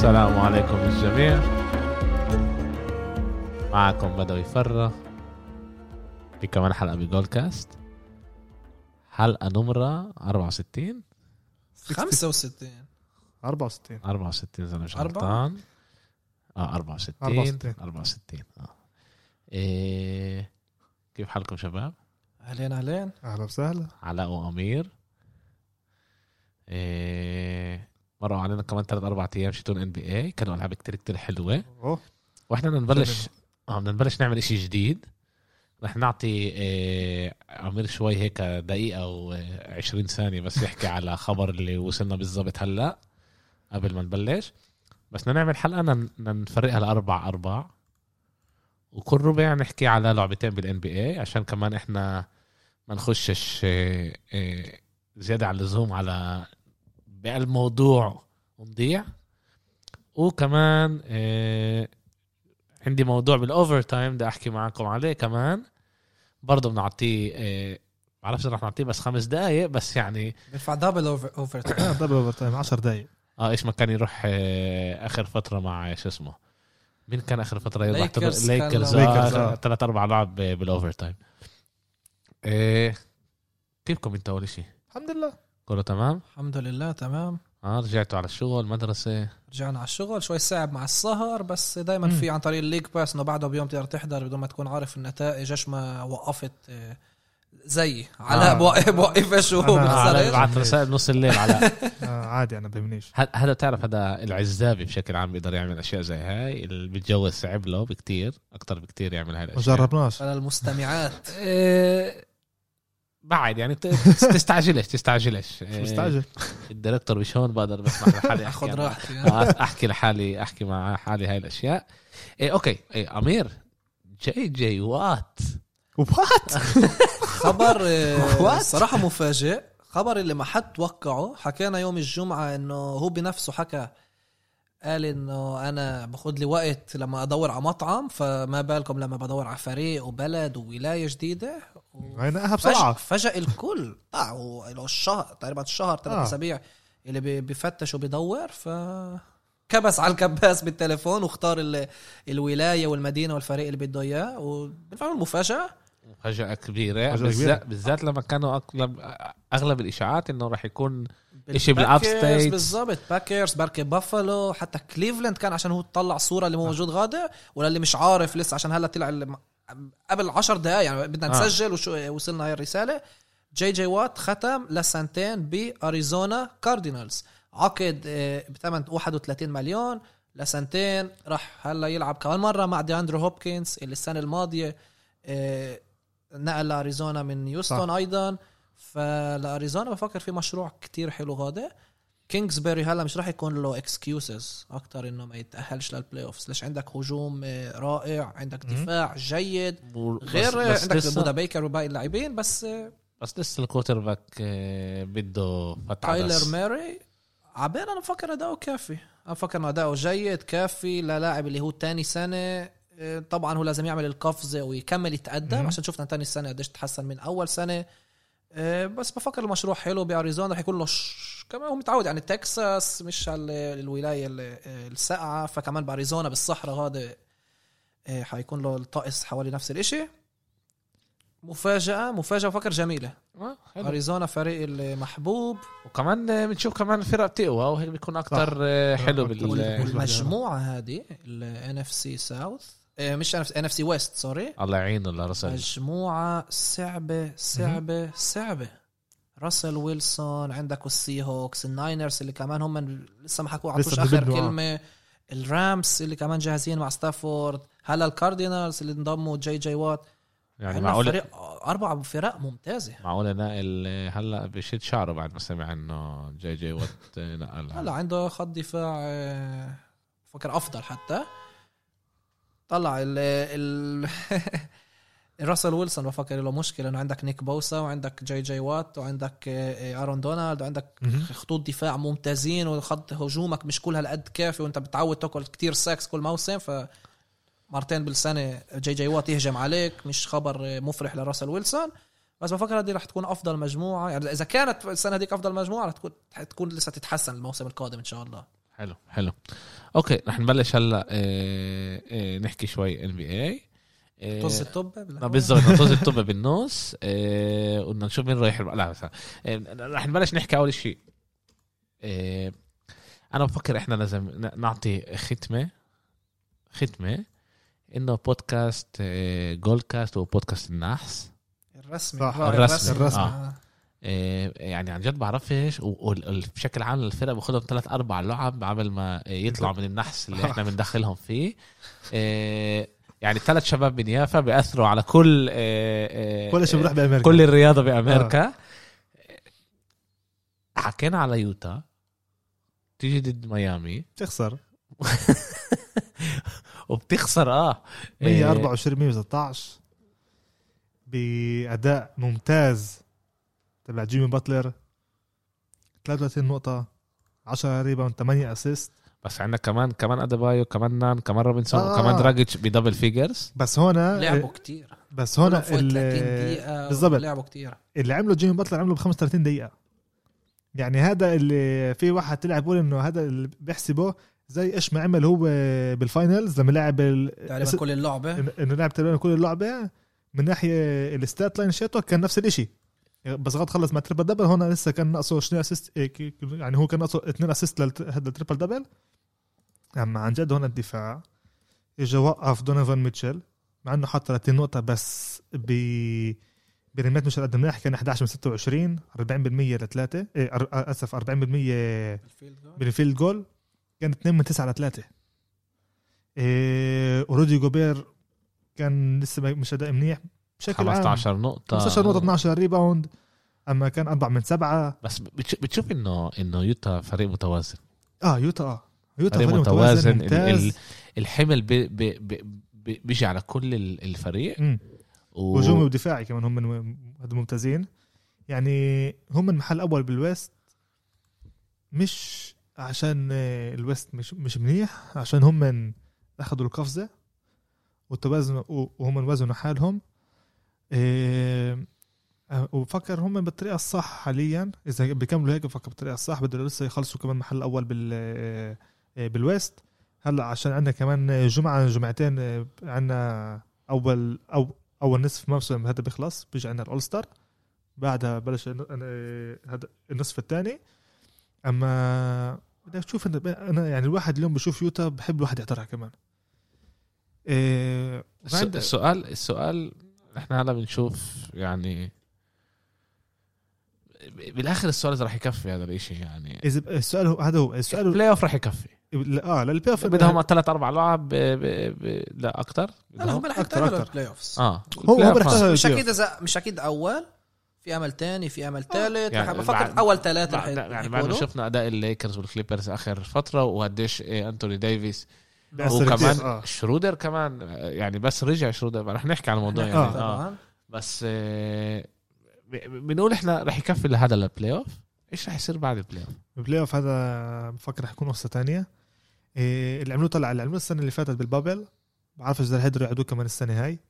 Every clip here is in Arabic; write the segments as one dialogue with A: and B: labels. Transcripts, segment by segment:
A: السلام عليكم الجميع. معكم بدوي فرة في كمان حلقة بجول كاست، حلقة نمرة 64
B: 65
A: 64 إذا مش غلطان. 64 كيف حالكم شباب؟
B: أهلين
C: أهلا وسهلا.
A: علاء وأمير. مروا علينا كمان 3-4 أيام شتون NBA، كانوا ألعاب كتير حلوة. وإحنا نبلش نعمل إشي جديد. رح نعطي أمير شوي هيك دقيقة أو 20 ثانية بس يحكي على خبر اللي وصلنا بالضبط هلأ قبل ما نبلش. بس نعمل حلقة نفرقها ل4 وكل ربع نحكي على لعبتين بالNBA عشان كمان إحنا ما نخشش زيادة على اللزوم على بالموضوع ونضيع. وكمان عندي موضوع بالأوفر تايم ده أحكي معكم عليه كمان برضو بنعطيه. معرفش رح نعطيه بس 5 دقايق بس يعني
B: بيدفع دبل اوفر
C: تايم 10 دقايق.
A: إيش ما كان يروح آخر فترة مع شو اسمه مين كان آخر فترة يروح ليكرز 3-4 لعب بالأوفر تايم. كيفكم انت أول شيء؟
C: الحمد لله
A: كله تمام
B: الحمد لله تمام.
A: رجعتوا على الشغل مدرسة؟
B: رجعنا على الشغل شوي صعب مع السهر بس دايما في عن طريق الليج باس انه بعده بيوم تقدر تحضر بدون ما تكون عارف النتائج. ايش ما وقفت زي علاء بوقف شو
A: بعت رسائل نص الليل على
C: عادي انا بهمنيش.
A: هذا تعرف هذا العزابي بشكل عام بيقدر يعمل اشياء زي هاي. اللي بيتجوز صعب له بكتير اكتر بكتير يعمل هاي الاشياء.
C: ما جربناش
B: على المستمعات.
A: بعد يعني تستعجلش
C: مستعجل.
A: الديريكتور مش هون بقدر بسمح لحالي
B: اخذ راحتي
A: احكي لحالي احكي مع حالي هاي الاشياء. اوكي امير جي وات
B: خبر صراحة مفاجئ. خبر اللي ما حد توقعه. حكينا يوم الجمعة انه هو بنفسه حكى قال انه انا باخد لي وقت لما ادور على مطعم فما بالكم لما بدور على فريق وبلد وولاية جديدة.
C: عينها بسرعة
B: فجأة الكل له الشهر تقريبا 3 أسابيع اللي بيفتش وبيدور كبس على الكباس بالتليفون واختار الولاية والمدينة والفريق اللي بده اياه. وبالفعل مفاجأة
A: كبيرة بالذات لما كانوا اغلب الاشاعات انه راح يكون إشي بالاب ستيت
B: بالضبط. باكرز بركي بافالو حتى كليفلاند كان عشان هو تطلع صورة اللي موجود غادة ولا اللي مش عارف لسه عشان هلا طلع قبل 10 دقايق يعني بدنا نسجل وصلنا هاي الرسالة. جي وات ختم لسنتين بأريزونا كاردينالز عقد بثمن 31 مليون لسنتين. راح هلا يلعب كمان مرة مع دياندرو هوبكنز اللي السنة الماضية نقل لأريزونا من يوستون أيضا. فلأريزونا بفكر في مشروع كتير حلو غادة. كينغسبري هلا مش راح يكون له اكسكيوزز اكتر انه ما يتأهلش للبلاي اوفز. ليش عندك هجوم رائع عندك دفاع جيد غير عندك بودا بيكر وباقي اللاعبين بس
A: لسه الكوتر باك بده
B: تايلر ماري عبين. انا بفكر اداؤه كافي. انا بفكر انه اداؤه جيد كافي للاعب اللي هو تاني سنة. طبعا هو لازم يعمل القفزة ويكمل يتقدم عشان شفنا تاني السنة قديش تحسن من اول سنة. بس بفكر المشروع حلو بأريزونا رح يكون له كمان هو متعود يعني تكساس مش على الولاية الساقعة فكمان بأريزونا بالصحراء هذا حيكون له الطقس حوالي نفس الاشي. مفاجأة بفكر جميلة. أريزونا فريق المحبوب
A: وكمان بنشوف كمان فرق تقوى وهيك بيكون أكتر حلو
B: بالمجموعة هذه ال NFC South مش NFC West سوري
A: الله يعينه لرسل.
B: مجموعة صعبة. راسل ويلسون عندك السي هوكس الناينرز اللي كمان هم لسه ما حكوا عطوش آخر كلمة. الرامس اللي كمان جاهزين مع ستافورد. هلا الكاردينالز اللي انضموا جي وات
A: يعني معقولة
B: 4 فرق ممتازة.
A: معقولة ناقل هلا بشد شعره بعد ما سمع انه جي وات نقل.
B: هلا عنده خط دفاع فكر افضل حتى طلع راسل ويلسون بفكر له مشكلة انه عندك نيك بوسا وعندك جي وات وعندك ارون دونالد وعندك خطوط دفاع ممتازين وخط هجومك مش كلها لقد كافي وانت بتعود تاكل كتير ساكس كل موسم فمرتين بالسنة جي وات يهجم عليك. مش خبر مفرح لراسل ويلسون بس بفكر هذه رح تكون افضل مجموعة. يعني اذا كانت السنة هذيك افضل مجموعة رح تكون لسه تتحسن الموسم القادم ان شاء الله.
A: حلو اوكي رح نبلش هلا نحكي شوي NBA
B: طز الطب
A: بالضبط طز الطب بالنص قلنا نشوف مين رايح لا بس رح نبلش نحكي اول شيء انا بفكر احنا لازم نعطي ختمه انه بودكاست جولد كاست وبودكاست النحس
B: الرسمي.
A: يعني عن جد بعرفش وبشكل عام الفرق بأخذهم 3-4 لعب قبل ما يطلعوا من النحس اللي احنا بندخلهم فيه يعني 3 شباب من يافا بيأثروا على كل
C: شيء بروح بأمريكا
A: كل الرياضة بأمريكا حكينا على يوتا تيجي ضد ميامي
C: تخسر
A: وبتخسر
C: 124-116 بأداء ممتاز تبع جيمي باتلر 33 نقطة 10 ريباوند 8 اسيست
A: بس عندك كمان أديبايو كمان نان كمان روبنسون كمان دراجيتش بدبل فيجرز
C: بس هنا
B: لعبوا كتير
C: بس هنا
B: 30 دقيقة
C: بالضبط
B: لعبوا كتير
C: اللي عمله جيمي باتلر عمله ب 35 دقيقة يعني هذا اللي في واحد طلع بيقول انه هذا اللي بيحسبه زي ايش ما عمل هو بالفاينلز لما لعب
B: تقريبا كل اللعبة
C: انه لعب تقريبا كل اللعبة من ناحية الستات لاين شيتو كان نفس الاشي بس غاد خلص مع تريبل دبل هون لسه كان ناقصه 2 اسيست يعني هو كان ناقصه 2 اسيست لهذا التريبل دبل اما عن جد هون الدفاع اجى وقف دونيفان ميتشل مع انه حط 30 نقطة بس برميات مش قد منيح كان 11 من 26 40% ل3 اسف 40% بالفيلد جول كان 2 من 9 ل3 ورودي جوبير كان لسه مش اداء منيح بشكل
A: 15 نقطة
C: 15 نقطة 12 ريباوند اما كان 4 من 7
A: بس بتشوف انه يوتا فريق متوازن
C: يوتا
A: فريق متوازن الحمل بيجي على كل الفريق
C: هجومي ودفاعي كمان هم ممتازين يعني هم المحل الاول بالويست مش عشان الويست مش منيح عشان هم اخذوا القفزة والتوازن وهم وزنوا حالهم وفكر هم بالطريقة الصح حاليا إذا بيكملوا هيك بفكر بالطريقة الصح بدهم لسه يخلصوا كمان محل الأول بالويست هلا عشان عندنا كمان جمعتين عندنا أول نصف موسم هذا بيخلص بيجي عندنا الأول ستار بعدها بلش هذا النصف الثاني أما بدك تشوف أنا يعني الواحد اليوم بشوف يوتا بحب الواحد يحضرها كمان
A: السؤال احنا هلا بنشوف يعني بالاخر السؤال اذا راح يكفي هذا الاشي يعني
C: اذا السؤال هذا هو السؤال
A: البلاي اوف راح يكفي
C: للبلاي اوف
A: بدهم 3-4 لعب لا اكتر
B: هم راح يحتاجوا البلاي اوفز
C: هو
B: مش اكيد اول في امل تاني في امل ثالث يعني بفكر اول 3
A: يعني بعد ما شفنا اداء الليكرز والكليبرز اخر فتره وقديش انتوني ديفيس وكمان شرودر كمان يعني بس رجع شرودر رح نحكي عن الموضوع يعني بس بنقول احنا رح يكفي لهذا البلاي اوف ايش رح يصير بعد
C: البلاي اوف هذا بفكر رح يكون قصه تانية اللي عملوه طلع اللي عملوه السنه اللي فاتت بالبابل بعرفش اذا هيقدروا يعيدوه كمان السنه هاي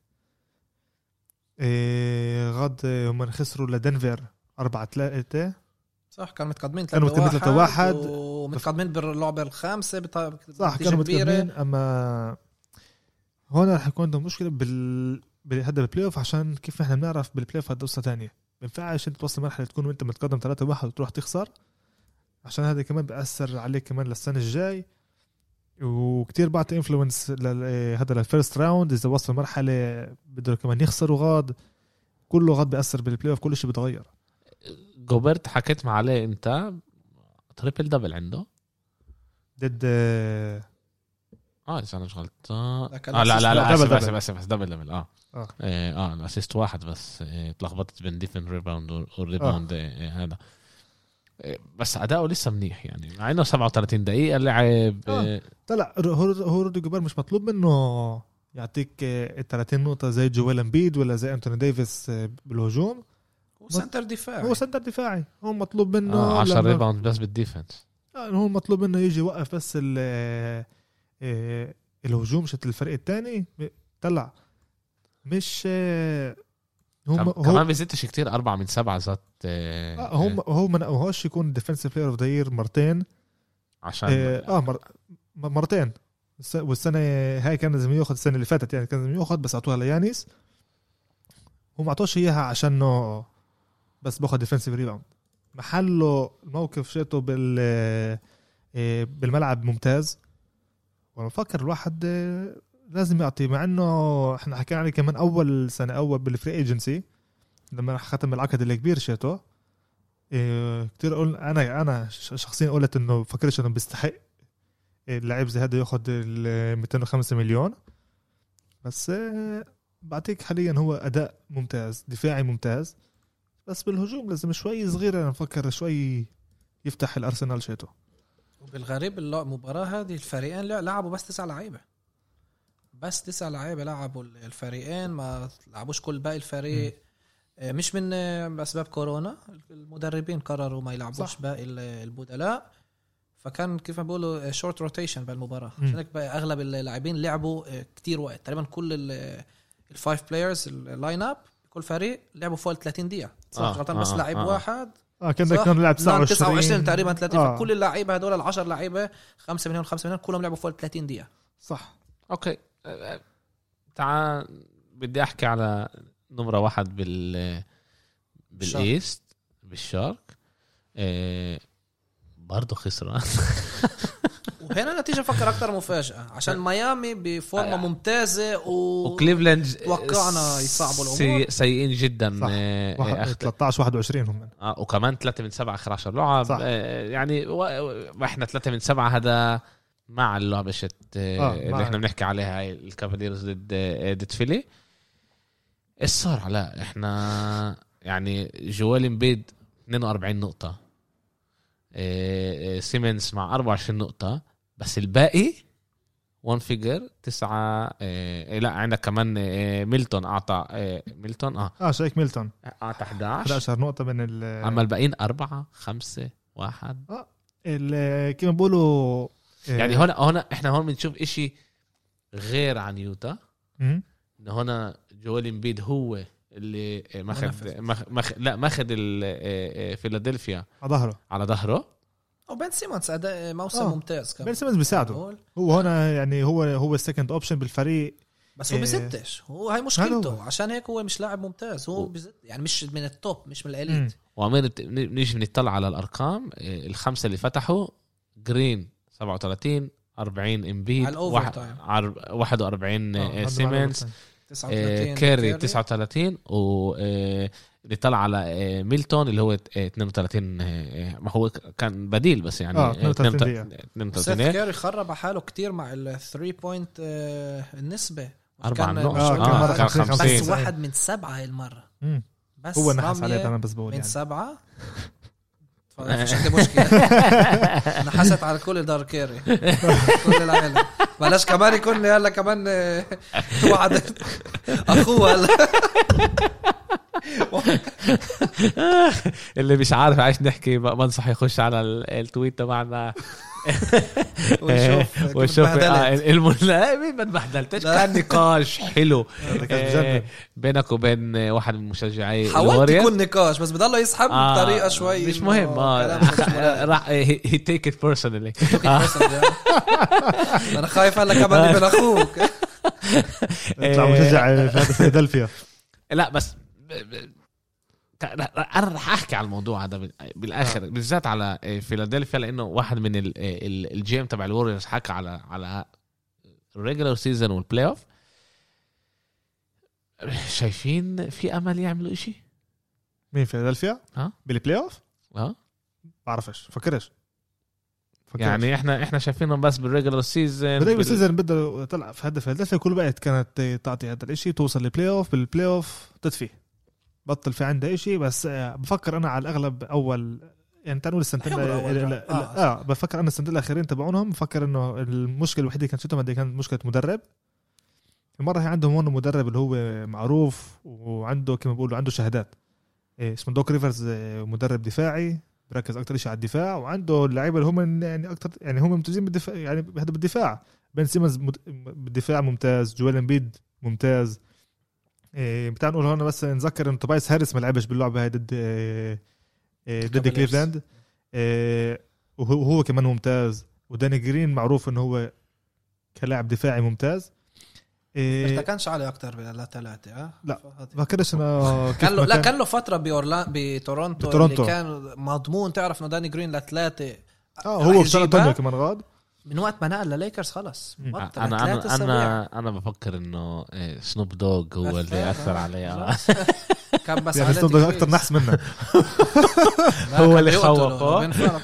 C: غد هم خسروا لدنفر 4-3
B: صح كانوا متقدمين
C: 3-1
B: ومتقدمين باللعبة الخامسة
C: صح كانوا متقدمين أما هون رح يكون عندهم مشكلة بهذا البلاي اوف عشان كيف نحن بنعرف بالبلاي اوف هذا قصة تانية بينفعش انت توصل مرحلة تكون وانت متقدم 3-1 وتروح تخسر عشان هذا كمان بيأثر عليك كمان للسنة الجاي وكتير بعطي انفلونس هذا للفيرست راوند إذا وصل مرحلة بدهم كمان يخسروا غاد كله غاد بيأثر بالبلاي اوف كل شيء بتغير
A: جوبرت حكيت مع عليه انت تريبل دبل عنده
C: ضد
A: اذا انا غلطان لا بس دبل الاسيست واحد بس اتلخبطت بين ديفن ريباوند والريباوند هذا بس اداؤه لسه منيح يعني مع انه 37 دقيقه لعب
C: لا هو رودي جوبر مش مطلوب منه يعطيك 30 نقطه زي جويل امبيد ولا زي انتوني ديفيس بالهجوم هو سنتر دفاعي هو مطلوب منه
A: 10 ريباوند بس بالديفنس
C: هو مطلوب منه يجي يوقف بس الهجوم شت الفريق الثاني طلع مش
A: كمان بيزيدش كتير 4 من 7 ذات
C: هو ما نقوهوش يكون ديفنسيف بلاير اوف ذا يير مرتين
A: عشان
C: مرتين، والسنه هاي كان لازم ياخذ السنه اللي فاتت، يعني كان لازم ياخذ بس اعطوها ليانيس، هو ما اعطوش اياها عشانه بس باخذ ديفنسيف ريباوند. محله الموقف شيته بالملعب ممتاز، وانا بفكر الواحد لازم يعطي، مع انه احنا حكينا عليه كمان اول سنه اول بالفري ايجنسي لما ختم العقد الكبير شيته كتير اقول انا شخصيا قلت انه فكرش انه بيستحق اللاعب زي هذا ياخد ال 205 مليون، بس بعطيك حاليا هو اداء ممتاز، دفاعي ممتاز، بس بالهجوم لازم شوي صغير، انا بفكر شوي يفتح الارسنال شيته.
B: وبالغريب المباراة هذه الفريقين لعبوا بس 9 لعيبة، بس 9 لعيبة لعبوا الفريقين، ما لعبوش كل باقي الفريق. مش من أسباب كورونا، المدربين قرروا ما يلعبوش باقي البدلاء، فكان كيف ما بيقولوا شورت روتيشن بالمباراة. عشان هيك أغلب اللاعبين لعبوا كتير وقت، تقريبا كل الفايف بلايرز اللاين اب كل فريق لعبوا فوق 30 دقيقة بس لاعب واحد
C: كان لعب
B: 29 تقريبا 30 فكل اللعيبه هدول ال10 لعيبه 5 مليون كلهم لعبوا فوق 30 دقيقه.
C: صح.
A: اوكي تعال بدي احكي على نمرة 1 بالايست بالشارك. برضو خسران
B: وهنا نتيجة فكر أكتر مفاجأة عشان ميامي بفورمة ممتازة
A: وكليفلاند
B: توقعنا يصعبوا الأمور،
A: سيئين جدا.
C: 13-21 هم
A: وكمان 3 من 7 آخر 10 لعب. يعني واحنا 3 من 7 هذا مع اللعبة اللي احنا بنحكي عليها هاي الكافاليرز ضد فيلي. ايش صار؟ علاء احنا يعني جوال امبيد 42 نقطة، سيمنز مع 24 نقطة، بس الباقي وان فيجر 9. لا عندك كمان ميلتون أعطى ميلتون
C: شايك ميلتون
A: أعطى 11
C: نقطة من
A: أما الباقيين 4 5 1
C: كما بقولوا
A: يعني هنا احنا هون بنشوف إشي غير عن يوتا. هنا جوال امبيد هو اللي ماخد فيلادلفيا على ظهره.
B: وبن سيمونز اداء موسم ممتاز كمان.
C: بن سيمونز بيساعده، هو هنا يعني هو السكند اوبشن بالفريق،
B: بس هو بيزتش، هو هاي مشكلته. عشان هيك هو مش لاعب ممتاز، هو يعني مش من التوب، مش من الاليت.
A: وعمال نيجي بنطلع على الارقام، الخمسه اللي فتحوا جرين 37 40 امبيد 41 سيمنز كيري 39 اللي طلع على ميلتون اللي هو 32. ما هو كان بديل بس يعني
B: 32. كيري خرب حاله كتير مع ال3 بوينت النسبة
A: 4 نقط كان 50
B: بس 1 من 7 هاي المرة.
C: بس هو نحس عليه أنا بس بقول
B: من 7 مش عندي مشكلة. أنا حسيت على كل دار كيري كل العالم، بلاش كمان يكون لي هلا كمان وعد أخوه هلا
A: اللي مش عارف عايش نحكي بنصح يخش على التويت تبعنا وشوف الملاعبين ما انبهدلتش. كان نقاش حلو بينك وبين واحد من مشجعي
B: حاولت يكون نقاش بس بضله يسحب بطريقه شوي
A: مش مهم. راح هي تيك ات بيرسونالي.
B: انا خايف هلا كمان من اخوك
C: يطلع مشجع في فيلادلفيا.
A: لا بس انا رح احكي على الموضوع هذا بالاخر بالذات على فيلادلفيا، لانه واحد من الجيم تبع الوريورز حكى على الريجولار سيزون والبلاي اوف. شايفين في امل يعملوا إشي؟
C: مين فيلادلفيا بالبلاي اوف؟ بعرفش فكرش
A: يعني احنا شايفينهم بس بالريجولار سيزون.
C: بده طلع في هدف فيلادلفيا كل وقت كانت تعطي هذا الاشي توصل للبلاي اوف، بالبلاي اوف تدفي بطل في عنده إشي. بس بفكر أنا على الأغلب أول يعني تنقول السنتين بفكر أنا السنتين الأخيرين تبعونهم. بفكر إنه المشكلة الوحيدة كانت شتهم دي كانت مشكلة مدرب. المرة هي عندهم هون مدرب اللي هو معروف وعنده كما بيقولوا عنده شهادات، اسمه دوك ريفرز، مدرب دفاعي بركز أكتر إشي على الدفاع، وعنده اللعيبة اللي هم يعني أكتر يعني هم ممتازين بالدفاع، يعني بهذا بالدفاع. بن سيمونز بالدفاع ممتاز، جوال امبيد ممتاز. بتاع نقول هون بس نذكر انه توبايس هاريس ما لعبش باللعبه هاي ضد كليفلاند. وهو كمان ممتاز. وداني جرين معروف انه هو كلاعب دفاعي ممتاز.
B: ما كانش عليه اكتر من 3
C: لا فكرش انا
B: كان له فتره بتورونتو اللي كان مضمون تعرف انه داني جرين ل3
C: هو بسنة كمان غاد
B: من وقت ما نقل لليكرز خلص.
A: انا بفكر انه سنوب دوغ هو اللي اثر عليه
B: كان بس
C: يعني سنوب دوغ اكتر نحس منه
A: هو اللي خوفه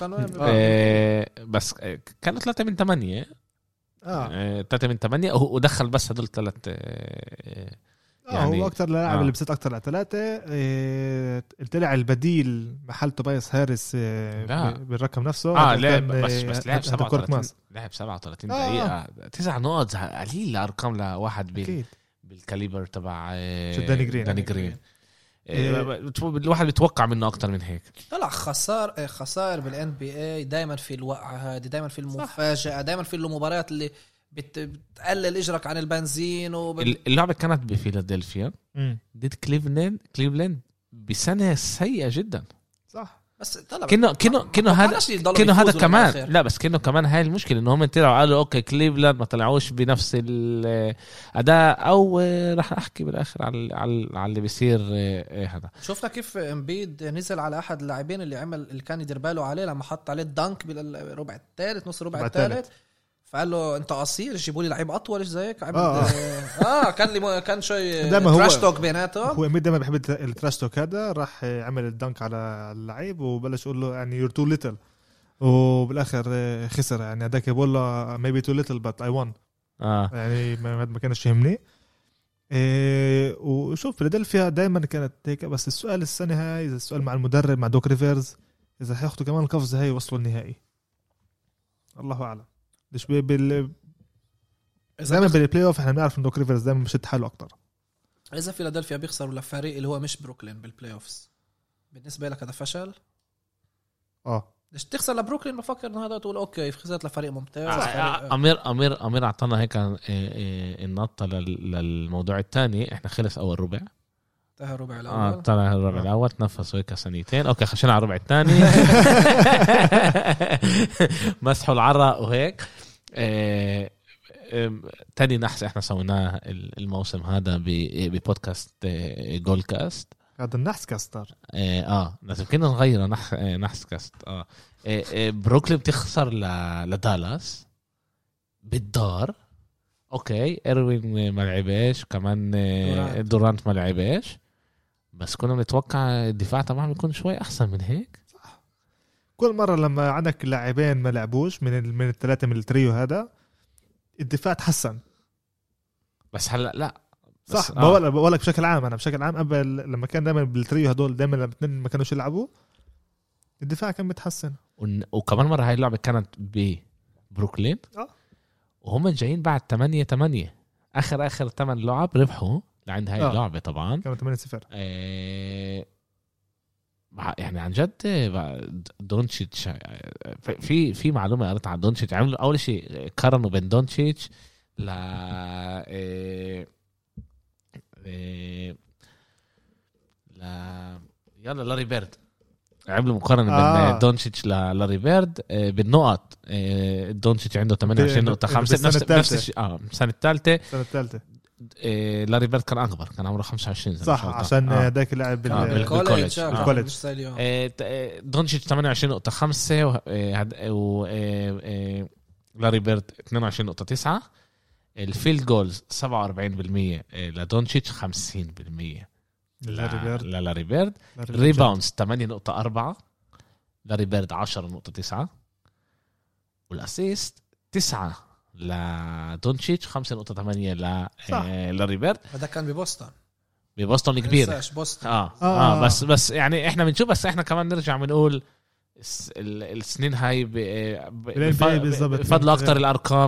A: بس كانوا 3 من 8 3 من 8 ودخل بس هدول 3
C: يعني هو اكتر لاعب اللي بسيط اكتر ل3 طلع البديل محل توبايس هاريس بالرقم نفسه
A: لعب بس لعب 37 دقيقة 9 نقط قليل لأرقام لواحد بالكاليبر تبع داني جرين. الواحد بيتوقع منه أكتر من هيك.
B: طلع خسائر بالان بي اي دايما في الوقعة هذه دايما في المفاجأة دايما في المباريات اللي بتقلل اجرك عن البنزين
A: اللعبة كانت بفيلادلفيا ضد كليفلاند بسنة سيئة جدا
B: صح بس
A: كانوا هذا كمان لا بس كانوا كمان هاي المشكلة انهم طلعوا قالوا اوكي كليفلاند ما طلعوش بنفس الاداء او راح احكي بالاخر على اللي بيصير هذا.
B: شفنا كيف امبيد نزل على احد اللاعبين اللي كان يدير باله عليه لما حط عليه الدنك بالربع الثالث نص الربع الثالث فقال له انت قصير جيبوا لي لعيب اطول ايش زيك كان شيء تراش توك بيناتهم.
C: هو امبيد دائما بيحب التراش توك هذا راح عمل الدنك على اللعيب وبلش يقول له يعني you're too little وبالاخر خسر يعني هذاك بقول له maybe too little but I won يعني ما كانش يهمني. وشوف فيلادلفيا دائما كانت هيك بس السؤال السنة هاي إذا السؤال مع المدرب مع دوك ريفيرز إذا هياخدوا كمان القفزة هاي وصلوا النهائي الله أعلم. ليش دائما بالبلاي اوف احنا بنعرف ان دوك ريفرز دائما بشد حاله اكتر.
B: اذا فيلادلفيا بيخسروا لفريق اللي هو مش بروكلين بالبلاي اوفز بالنسبه لك هذا فشل. ليش تخسر لبروكلين بفكر انه هذا تقول اوكي خسرت لفريق ممتاز.
A: امير اعطانا هيك النقطه للموضوع الثاني. احنا خلص اول ربع
B: انتهى الربع الاول
A: الربع الاول تنفسوا هيك سنتين اوكي خشينا على الربع الثاني مسحوا العرق وهيك. تاني نحس احنا سويناه الموسم هذا ببودكاست جول كاست
C: هذا النحس كاستر
A: لازم كنا نغيره نحس كاست. بروكلين بتخسر لدالاس بالدار اوكي إروين ما لعبش كمان دورانت ما لعبش بس كنا نتوقع الدفاع طبعا يكون شوي احسن من هيك.
C: صح كل مره لما عندك لاعبين ما لعبوش من الثلاثه من التريو هذا الدفاع تحسن
A: بس هلا لا
C: صح بقول لك بشكل عام انا بشكل عام قبل لما كان دائما بالتريو هدول دائما لما اثنين ما كانوش يلعبوا الدفاع كان متحسن.
A: وكمان مره هاي اللعبه كانت ببروكلين وهم جايين بعد 8 اخر 8 لعب ربحوا لعند هاي اللعبه طبعا
C: كانوا 8-0
A: يعني عن جد دونتشيتش في معلومه قريتها عن دونتشيتش عملوا اول شيء قارنوا بين دونتشيتش ل لاري بيرد. عملوا مقارنه بين دونتشيتش لاري بيرد بالنقط. دونتشيتش عنده 28 نقطة 5 نفس السنة الثالثة لاري بيرد كان أكبر كان عمره 25
C: صح عشان ذاك لعب
B: بالكوليدج
A: دونتشيتش 28 نقطة 5 و لاري بيرد 22 نقطة 9. الفيلد جولز 47% لدونتشيتش 50% لاري بيرد. ريباوندز 8.4 لاري بيرد 10.9 والاسيست 9 لدونتشيتش 5.8 لاري بيرد.
B: هذا كان
A: ببوسطن كبير بس يعني احنا بنشوف بس احنا كمان نرجع بنقول السنين هاي بفضل اكتر الارقام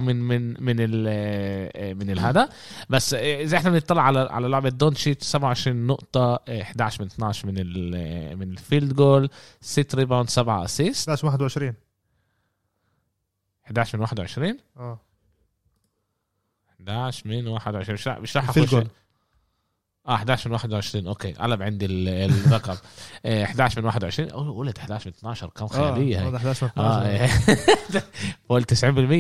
A: من هذا. بس اذا احنا بنطلع على لعبه دونتشيتش 27 نقطه 11 من 12 من الفيلد جول 6 ريباوند 7 اسيست
C: 11 من
A: 21 11 من 21 مش راح
C: اخش
A: 11 من 21 اوكي قلب عندي الرقم 11 من 21 قلت 11 من 12 كم خياليه هاي
C: 11 من 12
A: قلت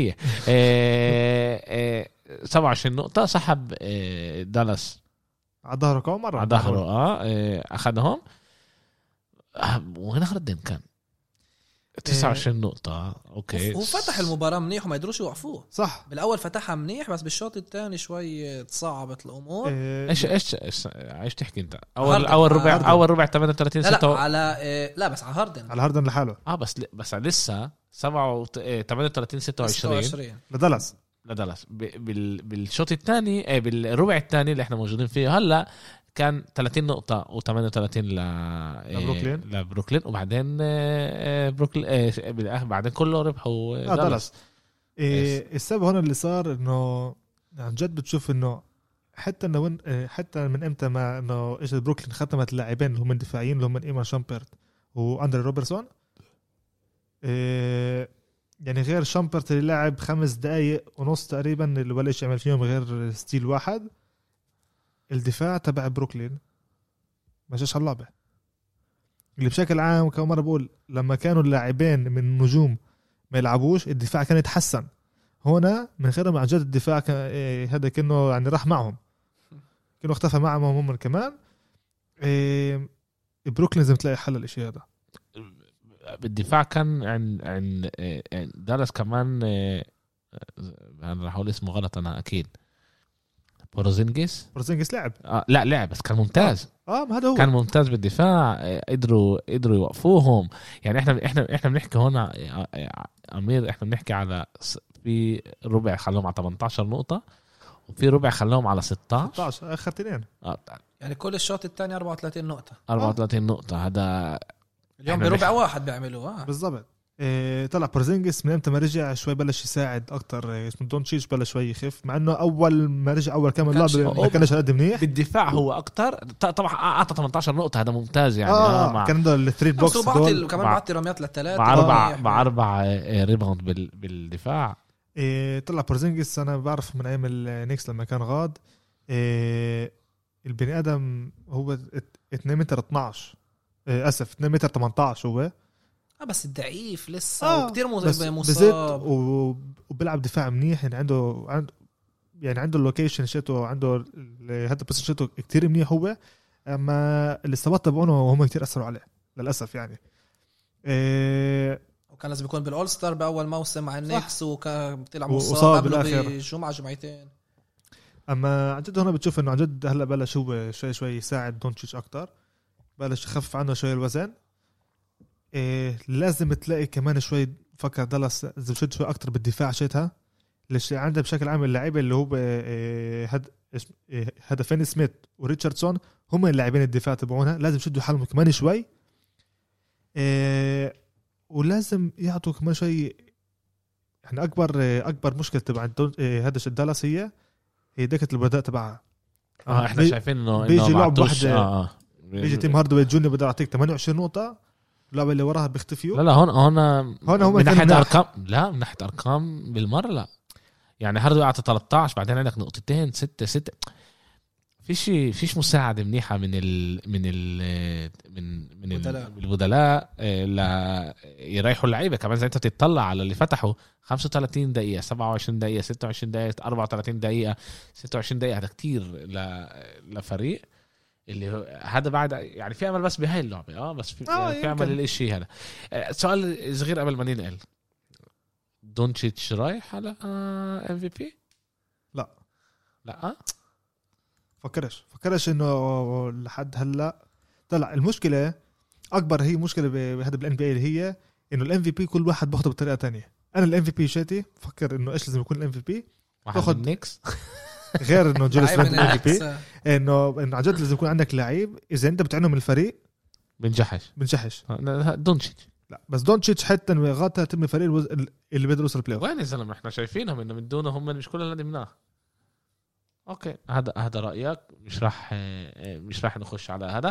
A: 90% 27 نقطه سحب دالاس
C: على ظهره كم مره
A: على ظهره اخذهم وهنا خردين كان 29 نقطة اوكي
B: وفتح المباراة منيح وما يقدروش يوقفوه
C: صح.
B: بالاول فتحها منيح بس بالشوط الثاني شوي تصعبت الامور.
A: ايش تحكي انت اول ربع 38
B: لا على لا بس على
C: هاردن لحاله
A: بس لسه 38 26
C: لدالاس
A: بالشوط الثاني بالربع الثاني اللي احنا موجودين فيه هلا كان 30 نقطة و38 لبروكلين وبعدين بروكلين بعدين كله ربحوا
C: دالاس. السبب هنا اللي صار انه عن جد بتشوف انه حتى من امتى ما انه ايش بروكلين ختمت اللاعبين اللي هم الدفاعيين اللي هم ايمان شامبرت واندري روبرتسون يعني غير شامبرت اللي لعب 5 دقايق ونص تقريبا اللي بلش يعمل فيهم غير ستيل واحد. الدفاع تبع بروكلين ما جاش هاللعبة اللي بشكل عام كم مرة بقول لما كانوا اللاعبين من النجوم ما يلعبوش الدفاع كان يتحسن. هنا من غيرهم عن جد الدفاع هذا كأنه يعني راح معهم كأنه اختفى معهم هم كمان. بروكلين لازم تلاقي حل الاشي هذا
A: بالدفاع كان عن دالاس كمان. انا راح اقول اسمه غلط انا اكيد بورزينجيس
C: لعب
A: لا لعب بس كان ممتاز.
C: هذا هو
A: كان ممتاز بالدفاع. قدروا يوقفوهم. يعني احنا بنحكي هنا امير احنا بنحكي على في ربع خلوهم على 18 نقطة وفي ربع خلوهم على 16
C: اخر تنين
B: يعني كل الشوط الثاني 34
A: نقطة هذا
B: اليوم بربع واحد بيعملوه
C: بالضبط. طلع بورزينجس من امتى ما رجع شوي بلش يساعد اكتر. اسمه دونتشيتش بلش شوي يخف مع انه اول ما رجع اول كام لعبه ما كانش قد منيح
A: بالدفاع. هو اكتر طبعا اعطى 18 نقطه هذا ممتاز يعني
C: كان عنده الثري بوكس
B: دول كمان بعطي رميات للثلاثه
A: مع 4 ريباوند بالدفاع.
C: طلع بورزينجس انا بعرف من ايام النيكس لما كان غاد. البني ادم هو 2 متر 12 اسف 2 متر 18 هو
B: بس ضعيف لسه وكتير
C: مصاب وبيلعب دفاع منيح يعني عنده اللوكيشن شتو عنده هذا بس شتو كتير منيح هو. اما الاصابات تبعونه هم كتير اثروا عليه للاسف يعني.
B: وكان لازم يكون بالاول ستار باول موسم مع النكس وكان بيلعب مصاب قبل جمعتين.
C: اما عن جد هنا بتشوف انه عن جد هلا بلش هو شوي يساعد دونتشيتش اكتر بلش يخفف عنه شوي الوزن. لازم تلاقي كمان شوي فكر دالاس زوجت شوي أكتر بالدفاع شيتها ليش عنده بشكل عام اللاعبين اللي هو هذا فيني سميث وريتشاردسون هم اللاعبين الدفاع تبعونها لازم يشدوا حالهم كمان شوي. ولازم يعطوا كمان شوي. احنا اكبر مشكله تبع هذا دالاس هي دكه البداء تبعها.
A: احنا شايفين انه
C: بيجي لعب واحد بيجي تيم هاردوي جونيور بده يعطيك 28 نقطه اللعبه اللي وراها بيختفيوا.
A: لا هون
C: هم
A: من ناحيه ارقام لا من ناحيه ارقام بالمره لا يعني هاردوي اعطى 13 بعدين عندك نقطتين 6 فيش مساعده منيحه من البدلاء لا يريحوا اللعيبه كمان. زي انت تتطلع على اللي فتحوا 35 دقيقه 27 دقيقه 26 دقيقه 34 دقيقه 26 دقيقه هذا كتير لفريق اللي هذا بعد يعني في امل بس بهاي اللعبه بس في امل الاشي هذا. سؤال صغير قبل ما ننقل دونتشيتش رايح على MVP؟ لا
C: فكرش انه لحد هلا طلع. المشكله اكبر هي مشكله بهذا بالان بي اي اللي هي انه الام في بي كل واحد باخده بطريقه تانية. انا الام في بي شاتي فكر انه ايش لازم يكون الام في بي
A: تاخذ نيكس
C: غير انه جولس الام في بي انه عن جد لازم يكون عندك لعيب اذا انت بتعنه من الفريق
A: بنجحش دونتشيتش.
C: لا بس دونتشيتش حتى غطى تم الفريق اللي بده يوصل البلاي اوف.
A: وين يا زلمه احنا شايفينهم انه من دونه هم مش كل اللي قدمناه. اوكي هذا رايك مش راح نخش على هذا.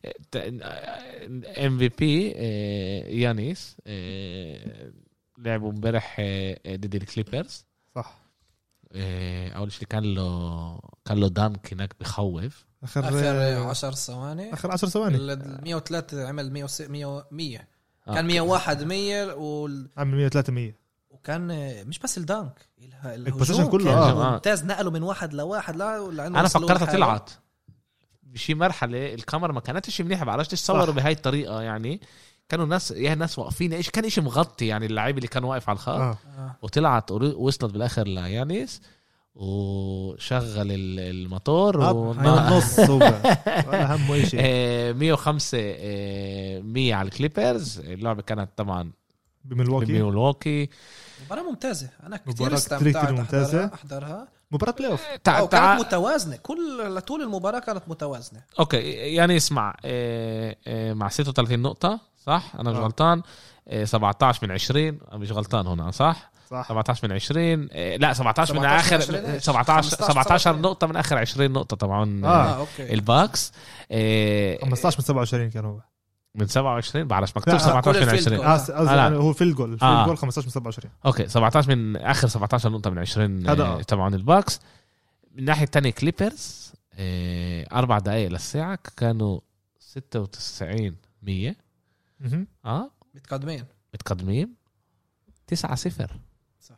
A: MVP يانيس لعبوا امبارح ضد الكليبرز
C: صح.
A: اول شيء كان له دانك هناك بخوف
B: اخر 10 ثواني.
C: اخر 10 ثواني
B: ال 103 عمل 100 كان 101 100
C: عمل 103 100
B: وكان مش بس الدانك
C: البوزيشن كله
B: ممتاز. نقلوا من 1 ل1
A: انا فكرتها طلعت بشي مرحله الكاميرا ما كانتش منيحه، بعرفش تصوروا بهاي الطريقه يعني. كانوا ناس واقفين كان إشي مغطي يعني اللعيب اللي كان واقف على الخط وطلعت ووصلت بالاخر ليانيس وشغل الموتور
C: ونص اهم شيء
A: 105 100 على الكليبرز. اللعبه كانت طبعا بميلواكي
B: مباراة ممتازة. أنا كتير استمتعت أحضرها.
C: مباراة بلاي أوف
B: كانت متوازنة طول المباراة كانت متوازنة.
A: أوكي يعني اسمع مع 36 نقطة صح؟ أنا مش غلطان. 17 من 20 مش غلطان هنا صح؟ 17 من 20 لا 17 من آخر 17 نقطة من آخر 20 نقطة طبعا. الباكس
C: 15 من 27 كان هو
A: من 27 بعرفش مكتوب 17 من 20
C: هو في الجول 15 من 27.
A: اوكي 17 من اخر 17 نقطه من 20 طبعا الباكس. من الناحيه الثانيه كليبرز 4 دقائق للساعه كانوا 96 100 متقدمين 9-0
C: صح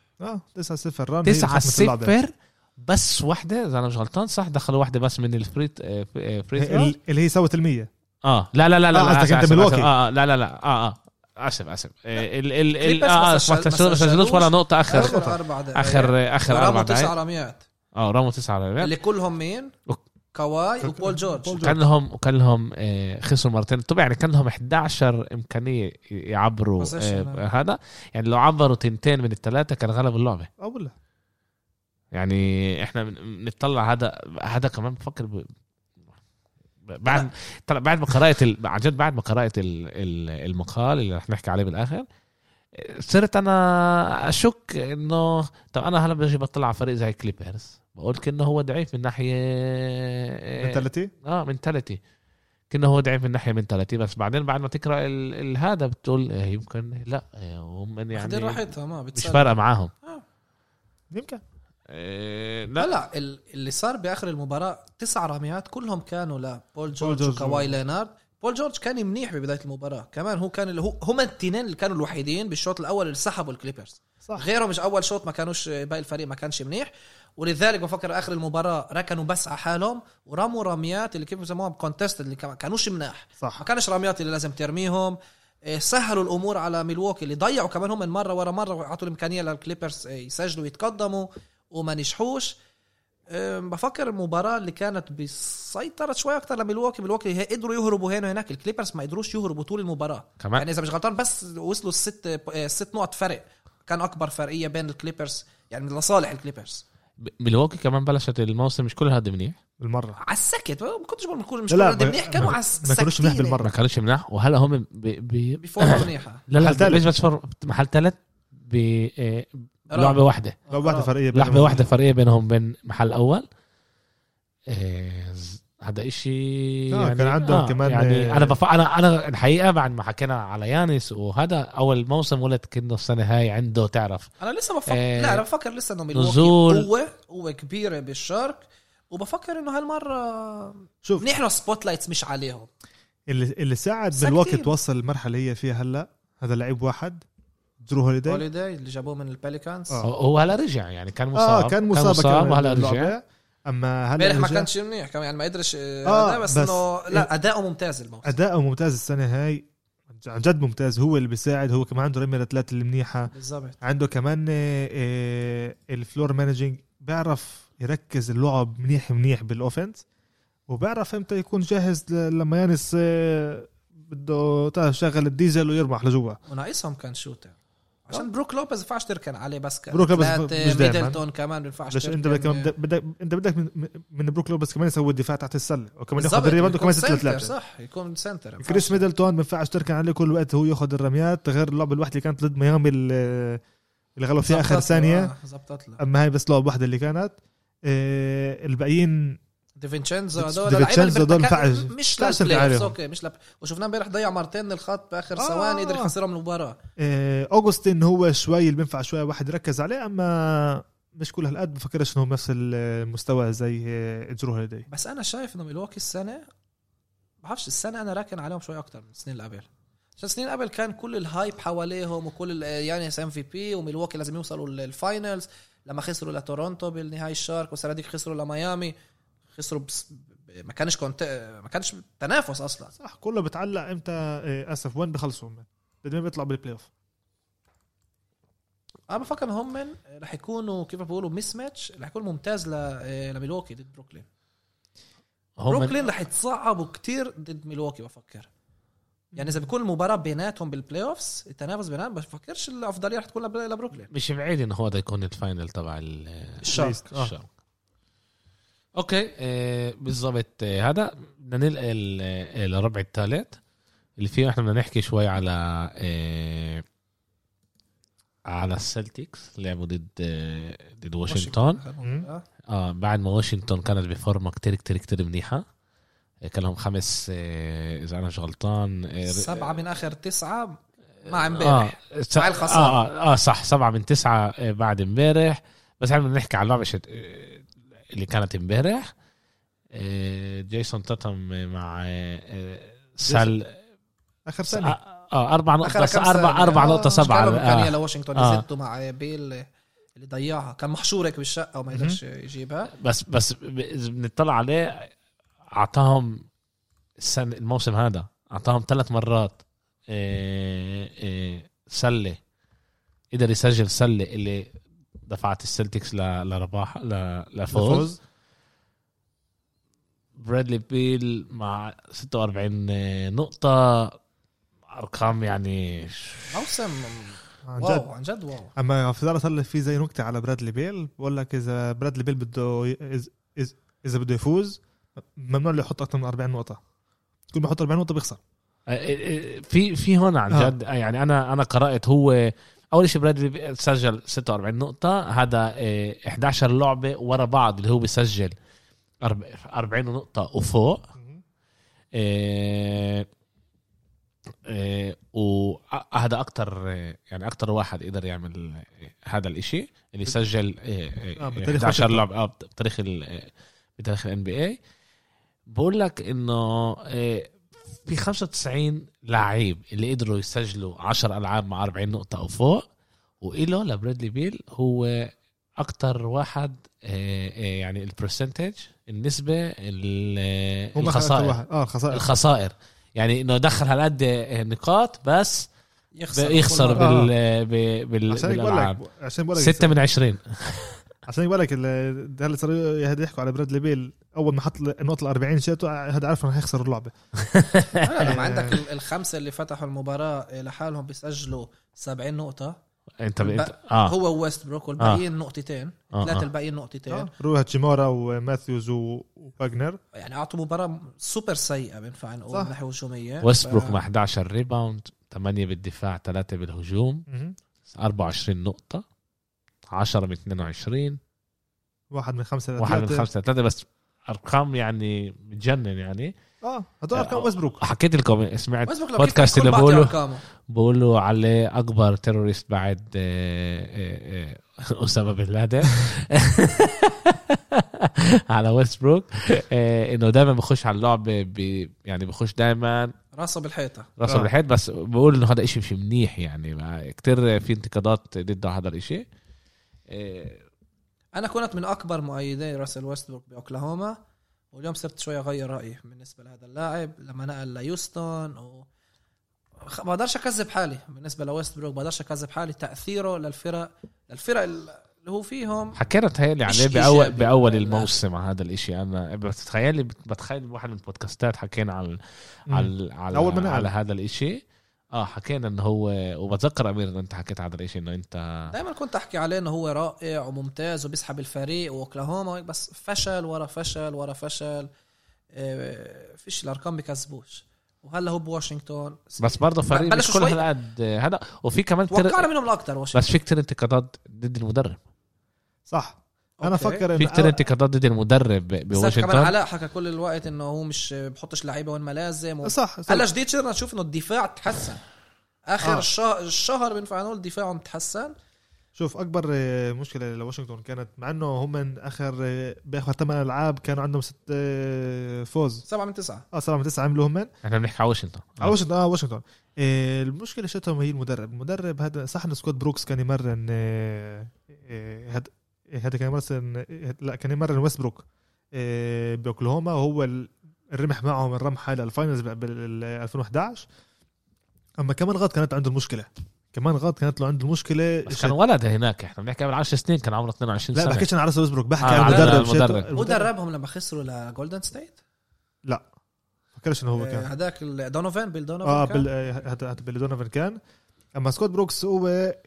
C: 9-0
A: بس واحده اذا انا مش غلطان صح دخلوا واحده بس من الفري
C: اللي هي سوت ال100.
A: لا
C: انت ملواكي
A: لا اسف سجلوش ولا نقطه اخر 4 دقائق راموا 9 رميات
B: اللي كلهم مين كواي وبول جورج
A: كان لهم خسروا مرتين. طبعا يعني كان لهم 11 امكانيه يعبروا هذا يعني لو عبروا 2 من الثلاثه كان غلبوا اللعبه
C: والله.
A: يعني احنا نطلع هذا كمان بفكر بعد ما قرأت عن جد بعد ما قرأت المقال اللي رح نحكي عليه بالآخر صرت أنا أشك إنه طب أنا هلا بجي بطلع على فريق زي كليبرز بقول كأنه هو ضعيف من ناحية منتاليتي كأنه هو ضعيف من ناحية منتاليتي. بس بعدين بعد ما تقرأ هذا بتقول يمكن لا هم يعني مش فارقة معاهم
C: يمكن
B: لا اللي صار باخر المباراه 9 رميات كلهم كانوا لبول جورج وكواي لينارد. بول جورج كان منيح ببدايه المباراه كمان. هو كان هم الاثنين اللي كانوا الوحيدين بالشوط الاول اللي سحبوا الكليبرز صح. غيرهم مش اول شوط ما كانوش باقي الفريق ما كانش منيح. ولذلك بفكر اخر المباراه ركنوا بس على حالهم ورموا رميات اللي كيف بسموها كونتست اللي كانوش مناح صح. ما كانش رميات اللي لازم ترميهم. سهلوا الامور على ميلواكي اللي ضيعوا كمان هم من مره ورا مره وعطوا الامكانيه للكليبرز يسجلوا ويتقدموا وما نجحوش. بفكر المباراة اللي كانت بسيطرة شوية أكتر لميلواكي قدروا يهربوا هنا وهناك. الكليبرز ما قدروش يهربوا طول المباراة كمان. يعني إذا مش غلطان بس وصلوا 6 نقط فرق كان أكبر فرقية بين الكليبرز يعني لصالح الكليبرز.
A: ميلواكي كمان بلشت الموسم مش كل هذا منيح
C: بالمرة
B: على السكت ما كنتش بقول مش كل هذا منيح كانوا على السكت
C: ما كانوش منيح بالمرة
A: ما كانوش منيح. وهلا هم
B: بفورمة منيحة
A: لا ليش محل 3 لعبة واحدة فرقية بينهم بين محل أول. هذا إشي يعني
C: كان عندهم كمان
A: يعني أنا الحقيقة بعد ما حكينا على يانس وهذا أول موسم ولد كأنه السنة هاي عنده تعرف
B: أنا لسه بفكر أنا بفكر لسه إنه ميلواكي قوة كبيرة بالشرق وبفكر إنه هالمرة شوف نحن سبوت لايتس مش عليهم.
C: اللي ساعد بالوقت توصل المرحلة اللي هي فيها هلا هذا لعيب واحد درو هوليداي
B: اللي جابوه من الباليكانز.
A: هو هلا رجع يعني كان مصاب
C: كان مصاب
A: وهلا رجع.
C: اما
B: هلا ما كانش منيح كمان يعني ما قدرش بس انه لا اداؤه ممتاز الموسم.
C: اداؤه ممتاز السنه هاي عن جد ممتاز. هو اللي بيساعد. هو كمان عنده رمية 3 اللي منيحه
B: بالضبط.
C: عنده كمان الفلور مانجينج بيعرف يركز اللعب منيح بالاوفنس وبيعرف امتى يكون جاهز لما يانس بده تشغل الديزل ويرمح لجوا.
B: وناقصهم كان شوتر عشان بروك لوبيز ينفعش تركن عليه بس
C: بروك لوبيز
B: ميدلتون كمان بينفعش
C: تركن. انت بدك من بروك لوبيز كمان يسوي الدفاع تحت السله وكمان ياخذ الريباوند وكمان يسجل 3
B: صح. يكون سنتر.
C: كريس ميدلتون ما ينفعش تركن عليه كل وقت. هو ياخذ الرميات غير اللعبه الواحده اللي كانت ضد ميامي اللي غلبوا فيها اخر ثانيه اما هاي بس لعبه واحده اللي كانت الباقيين
B: ديفينشينزو هذول مش للبلايرز اوكي مش وشفناه امبارح ضيع مرتين الخط باخر ثواني قدر يخسرهم المباراه.
C: اوغستين هو شوي اللي بينفع شوي واحد يركز عليه اما مش كل هالقد بفكرش انه نفس المستوى زي جرو هوليداي.
B: بس انا شايف انه ميلواكي السنه بعرفش السنه انا راكن عليهم شوي اكتر من السنين اللي قبل. عشان السنين قبل كان كل الهايب حواليهم وكل يعني MVP وميلواكي لازم يوصلوا للفاينلز. لما خسروا لتورونتو بالنهاية الشارك وسراديك خسروا لميامي خسروا ما كانش تنافس اصلا.
C: صح كله بتعلق امتى اسف وين بخلصوا بدهم بيطلعوا بالبلاي اوف.
B: انا بفكر هم رح يكونوا كيف بقولوا ميس ماتش رح يكون ممتاز لميلواكي ضد بروكلين. بروكلين رح يتصعبوا كتير ضد ميلواكي بفكر. يعني اذا بيكون المباراه بيناتهم بالبلاي اوفز التنافس بيناتهم بفكرش الافضليه رح تكون لبروكلين.
A: مش بعيد انه هو ده يكون الفاينل تبع
B: الشارك.
A: اوكي بالضبط. هذا بدنا ننقل الربع الثالث اللي فيه احنا بدنا نحكي شوي على السلتيكس لعبوا ضد واشنطن. بعد ما واشنطن كانت بفورمه كتير كتير كتير منيحه. كان لهم 5 اذا انا مش غلطان
B: 7 من اخر 9 مع امبارح مع الخساره.
A: صح 7 من 9 بعد امبارح. بس احنا بدنا نحكي على اللعبه اللي كانت امبارح. جيسون تاتم مع سال
C: اخر سنه
A: 4 نقطة 4.7
B: كان لواشنطن يزتوا مع بيل اللي ضيعها كان محشورك بالشقه وما يقدرش يجيبها.
A: بس بنطلع عليه اعطاهم الموسم هذا اعطاهم 3 مرات سله قدر يسجل سله اللي دفعت السلتيكس لرباح لفوز. برادلي بيل مع 46 نقطة أرقام يعني
B: موسم عن جد واو.
C: أما في صار في زي نكتة على برادلي بيل بقول لك إذا برادلي بيل بده إذا بده يفوز ممنوع له يحط أكثر من 40 نقطة. كل ما يحط 40 نقطة بيخسر.
A: في هون عن جد يعني أنا قرأت هو أول شيء برادلي سجل 46 نقطة. هذا 11 لعبة ورا بعض اللي هو بيسجل 40 نقطة وفوق. وهذا أكتر يعني أكتر واحد قدر يعمل هذا الإشي اللي سجل 11 لعبة بتاريخ NBA. بقول لك إنه في 95 لاعب اللي قدروا يسجلوا 10 ألعاب مع 40 نقطة أو فوق. وإله لبرادلي بيل هو أكتر واحد يعني البرسنتج النسبة الخسائر يعني إنه دخل هالقد نقاط بس يخسر بالألعاب 6 من 20.
C: عشان يقول لك ده اللي صاروا يحكوا على برادلي بيل أول ما حط النقطة 40 شاتوا هذا عارف إنه هيخسر اللعبة.
B: لما عندك الخمسة اللي فتحوا المباراة لحالهم بيسجلوا 70 نقطة هو ويست بروك والباقيين نقطتين 3 الباقيين نقطتين
C: روها تشيمورا وماثيوز وفاغنر.
B: يعني أعطوا مباراة سوبر سيئة بينفع نقول من ناحية هجومية.
A: ويست بروك مع 11 ريباوند 8 بالدفاع 3 بالهجوم 24 نقطة 10 من 22
C: 1 من 5
A: بس أرقام يعني بتجنن يعني.
C: هذول أرقام ويست بروك.
A: حكيت لكم سمعت بودكاست اللي بقولوا عليه أكبر تيروريست بعد أسامة بن لادن على ويست بروك. إنه دائما بخش على اللعبة يعني بخش دائما
B: راسه بالحيطة
A: بس بقول إنه هذا إشي مش منيح يعني كتير في انتقادات ضد هذا الإشي.
B: أنا كنت من أكبر مؤيدي راسل ويستبروك بأوكلاهوما واليوم صرت شوية أغير رأيي بالنسبة لهذا اللاعب لما نقل ليوستون بقدرش أكذب حالي بالنسبة لويستبروك بقدرش أكذب حالي تأثيره للفرق اللي هو فيهم.
A: حكينا تخيلي عليه بأول الموسم هذا الإشي. أنا بتخيل بواحد من البودكاستات حكينا على هذا الإشي. حكينا انه هو وبتذكر امير انه انت حكيت على الشيء انه انت
B: دائما كنت احكي عليه انه هو رائع وممتاز وبيسحب الفريق واوكلاهوما بس فشل ورا فشل فيش الارقام بكسبوش. وهلا هو بواشنطن
A: بس برضه فريق مش كل هالقد هذا. وفي كمان
B: وقعنا منهم الاكثر
A: بس في كتير انتقادات ضد المدرب.
C: صح انا فكر
A: في كتير انتقادات ضد المدرب بواشنطن.
B: كمان علاء حكى كل الوقت انه هو مش بحطش لعيبه وين ما لازم
C: صح.
B: هلا جديد صرنا نشوف انه الدفاع تحسن اخر الشهر بينفع نقول دفاعهم تحسن
C: شوف اكبر مشكله لواشنطن كانت مع انه هم من اخر باخر 8 العاب كانوا عندهم 6 فوز
B: 7 من 9
C: 7 من 9 عملوا هم.
A: احنا بنحكي على واشنطن
C: واشنطن المشكله شتهم هي المدرب هذا صح انه سكوت بروكس كان يمرن هذا كان مثلا لا كان يمرن ويست بروك باوكلاهوما وهو الرمح معهم الرمح على الفاينلز بال 2011. اما كمان غلط كانت عنده المشكله كانت له عنده المشكله
A: بس كان ولد هناك احنا بنحكي قبل 10 سنين كان عمره 22 سنه.
C: لا بحكيش انا على ويسبروك بحكي عن المدرب
B: ودربهم لما خسروا لجولدن ستيت.
C: لا فكرش انه هو كان
B: هذاك دونوفان بيل دونوفان
C: هذا بيل دونوفان كان. اما سكوت بروكس هو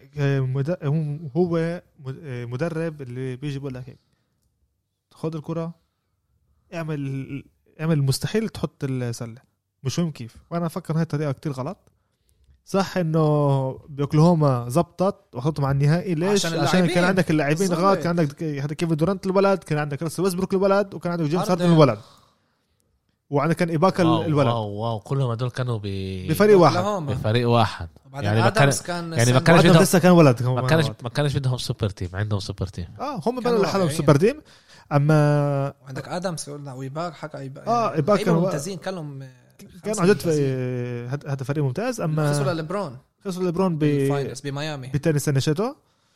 C: مدرب اللي بيجي بقول لك خد الكره اعمل المستحيل تحط السله مش مهم كيف. وانا افكر هاي الطريقه كتير غلط. صح انه بأوكلاهوما زبطت واخذتهم على النهائي ليش عشان كان عندك اللاعبين غاد كان عندك هذا كيفن دورانت الولد كان عندك راسل ويسبروك الولد وكان عندك جيمس هاردن الولد وعندك كان إباكا الولد.
A: واو كلهم هدول كانوا
C: بفريق
A: واحد
B: يعني ما
A: كانش بدهم
C: لسه كان ولد
A: ما كانش بدهم سوبر تيم عندهم سوبر تيم
C: هم بنوا لحالهم سوبر تيم. اما
B: عندك ادمز قلنا ويباك حكى
C: إباكا كانوا
B: ممتازين كانوا
C: عن جد هذا فريق ممتاز. اما خسروا ليبرون
B: بالفاينلز بميامي
C: بالتاني سنه شتو.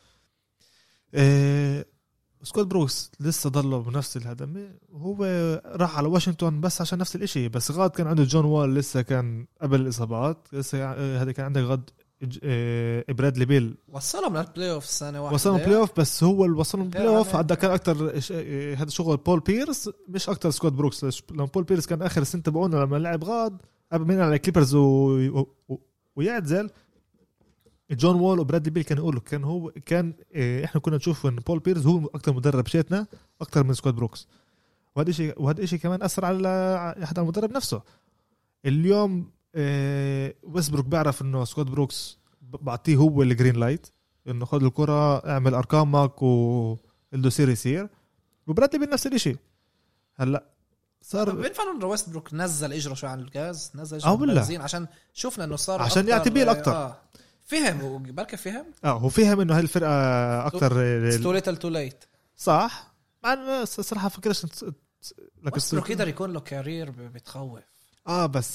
C: سكوت بروكس لسه ضله بنفس الهدم. هو راح على واشنطن بس عشان نفس الاشي بس غاد كان عنده جون وول لسه كان قبل الاصابات لسه هذا كان عندك غاد برادلي بيل
B: وصلهم للبلاي اوف سنه واحده
C: وصلهم بلاي اوف بس هو اللي وصلهم بلاي اوف هذا كان اكتر هذا شغل بول بيرس مش اكتر سكوت بروكس. لما بول بيرس كان اخر سنه تبعونا لما لعب غاد قبل من على كليبرز ويعزل جون وول وبرادلي بيل كان يقولوا كان احنا كنا نشوف ان بول بيرس هو اكتر مدرب شيتنا اكتر من سكوت بروكس. وهذا الشيء كمان اثر على حتى المدرب نفسه. اليوم ويسبروك بيعرف انه سكوت بروكس بعطيه هو الجرين لايت انه خذ الكرة اعمل ارقامك والدوسير يصير. وبرادلي بيل نفس الشيء. هلا صار
B: بينفع انه ويسبروك نزل اجره شوي عن الغاز نزل اجره بنزين عشان شفنا انه صار
C: عشان يعطي بيل اكتر
B: فهم وبركة فهم
C: هو فهم انه هاي الفرقه اكتر
B: تو ليتل تو ليت
C: صح. مع صراحه فكرش
B: لك يقدر يكون له كارير بتخوف
C: بس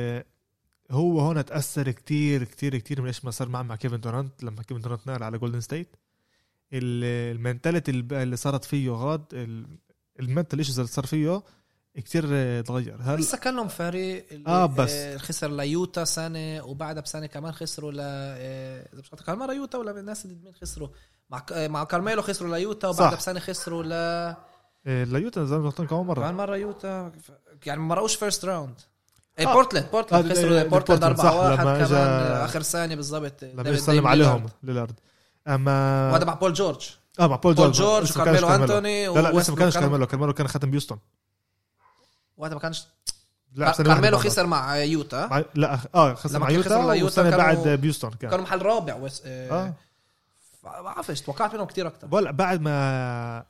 C: هو هون تاثر كتير كتير كتير من ايش ما صار مع كيفن دورانت. لما كيفن دورانت نقل على جولدن ستيت المنتاليتي اللي صارت فيه غاد المنتال ايش اللي صار فيه كتير تغير.
B: لسه كان لهم فريق
C: بس
B: خسر ليوتا سنة وبعدها بسنة كمان خسروا إذا مش عارف كمان يوتا ولا الناس اللي مين خسروا مع كارميلو خسروا ليوتا وبعدها بسنة خسروا
C: ليوتا زي ما قلت كمان
B: مرة يوتا يعني ما مرقوش فيرست راوند. بورتلاند خسروا بورتلاند 4-1 كمان آخر ثانية بالضبط
C: لما يسلم عليهم للأرض. أما
B: وهذا مع بول جورج
C: مع بول جورج
B: وكارميلو أنتوني
C: لا لسه ما كانش كارميلو كان ختم بيوستون
B: وهذا ما كانش كارميلو خسر مع يوتا
C: لا خسر مع يوتا والسنة بعد بيوستون
B: كانوا محل رابع ما عرفش توقعت منهم كتير أكتر.
C: بعد ما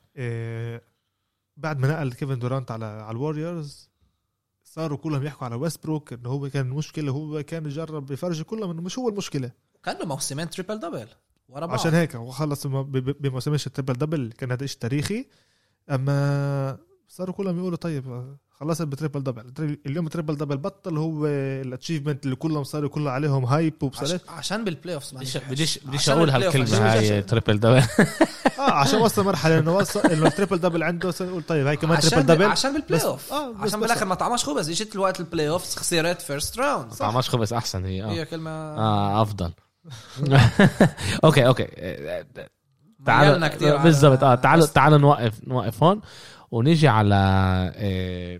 C: نقل كيفن دورانت على الواريورز صاروا كلهم يحكوا على ويسبروك انه هو كان المشكله. هو كان يجرب يفرجي كلهم انه مش هو المشكله.
B: كان له موسمين تريبل دبل ورا بعض
C: عشان هيك وخلص بموسمين التريبل دبل كان هذا شيء تاريخي. اما صاروا كلهم يقولوا طيب خلص بتريبل دبل. اليوم تريبل دبل بطل هو الاتشيفمنت اللي كلهم صاروا كله عليهم هايب وبصراحه
B: عشان بالبلاي اوفز
A: بديش اقول هالكلمه هاي تريبل دبل
C: عشان وصل مرحله انه التريبل دبل عنده نقول طيب هاي كمان تريبل دبل
B: عشان بالبلاي اوف عشان بالاخر ما طعمش خبز اجت الوقت البلاي اوفز خسرت فيرست راوند
A: ما طعمش خبز احسن هي
B: كلمه
A: افضل اوكي تعالوا بالضبط تعالوا نوقف هون ونيجي على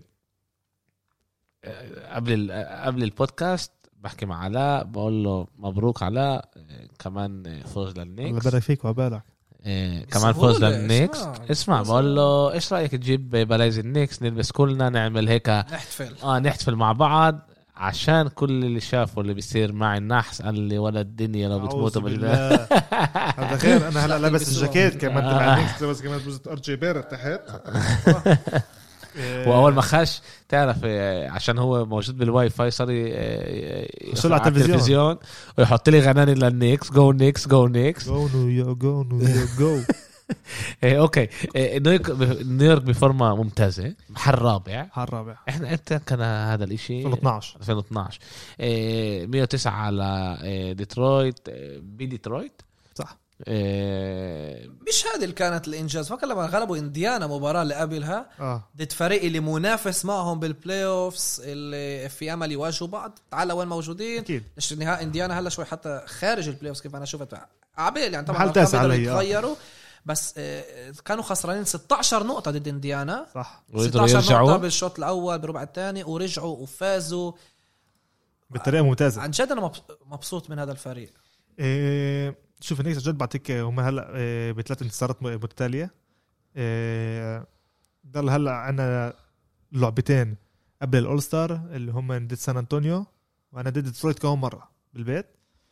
A: قبل البودكاست بحكي مع علاء بقول له مبروك علاء كمان فوز للنيكس.
C: الله يبارك فيك وعبالك
A: كمان فوز للنيكس. اسمع بقول له ايش رايك تجيب بلايز النيكس نلبس كلنا نعمل هيك نحتفل مع بعض عشان كل اللي شافوا اللي بيصير مع النحس قال لي ولا الدنيا لو بتموتوا
C: هذا خير. انا هلا لابس الجاكيت كمان تبع النيكس بس كمان بوزة ار جي بير تحت
A: واول ما خش تعرف عشان هو موجود بالواي فاي صار
C: يخش على التلفزيون
A: ويحط لي غناني للنيكس جو نيكس جو نيكس
C: جو نيو جو نيو جو.
A: اوكي نيويورك بفورمه ممتازه، محل رابع. احنا امتى كان هذا الاشي؟ 2012 109 على ديترويت بديترويت
C: صح.
B: مش هذه اللي كانت الانجاز. فكر لما غلبوا انديانا مباراه اللي قبلها ضد فريق اللي منافس معهم بالبلاي اوفز اللي في امل يواجهوا بعض. تعال وين موجودين مش نهائي انديانا هلا شوي حتى خارج البلاي اوفز كيف انا شفت عبيل يعني طبعا يتغيروا بس كانوا خسرانين 16 نقطة ضد انديانا
C: صح.
B: 16 نقطة بالشوط الأول بربع الثاني ورجعوا وفازوا
C: بطريقة ممتازة.
B: عن جد أنا مبسوط من هذا الفريق.
C: شوف النيكس جد بعطيك هم هلا بثلاث انتصارات متتالية. ضل هلا عنا لعبتين قبل الأول ستار اللي هم ضد سان أنطونيو وأنا ضد ديترويت كمان مرة بالبيت.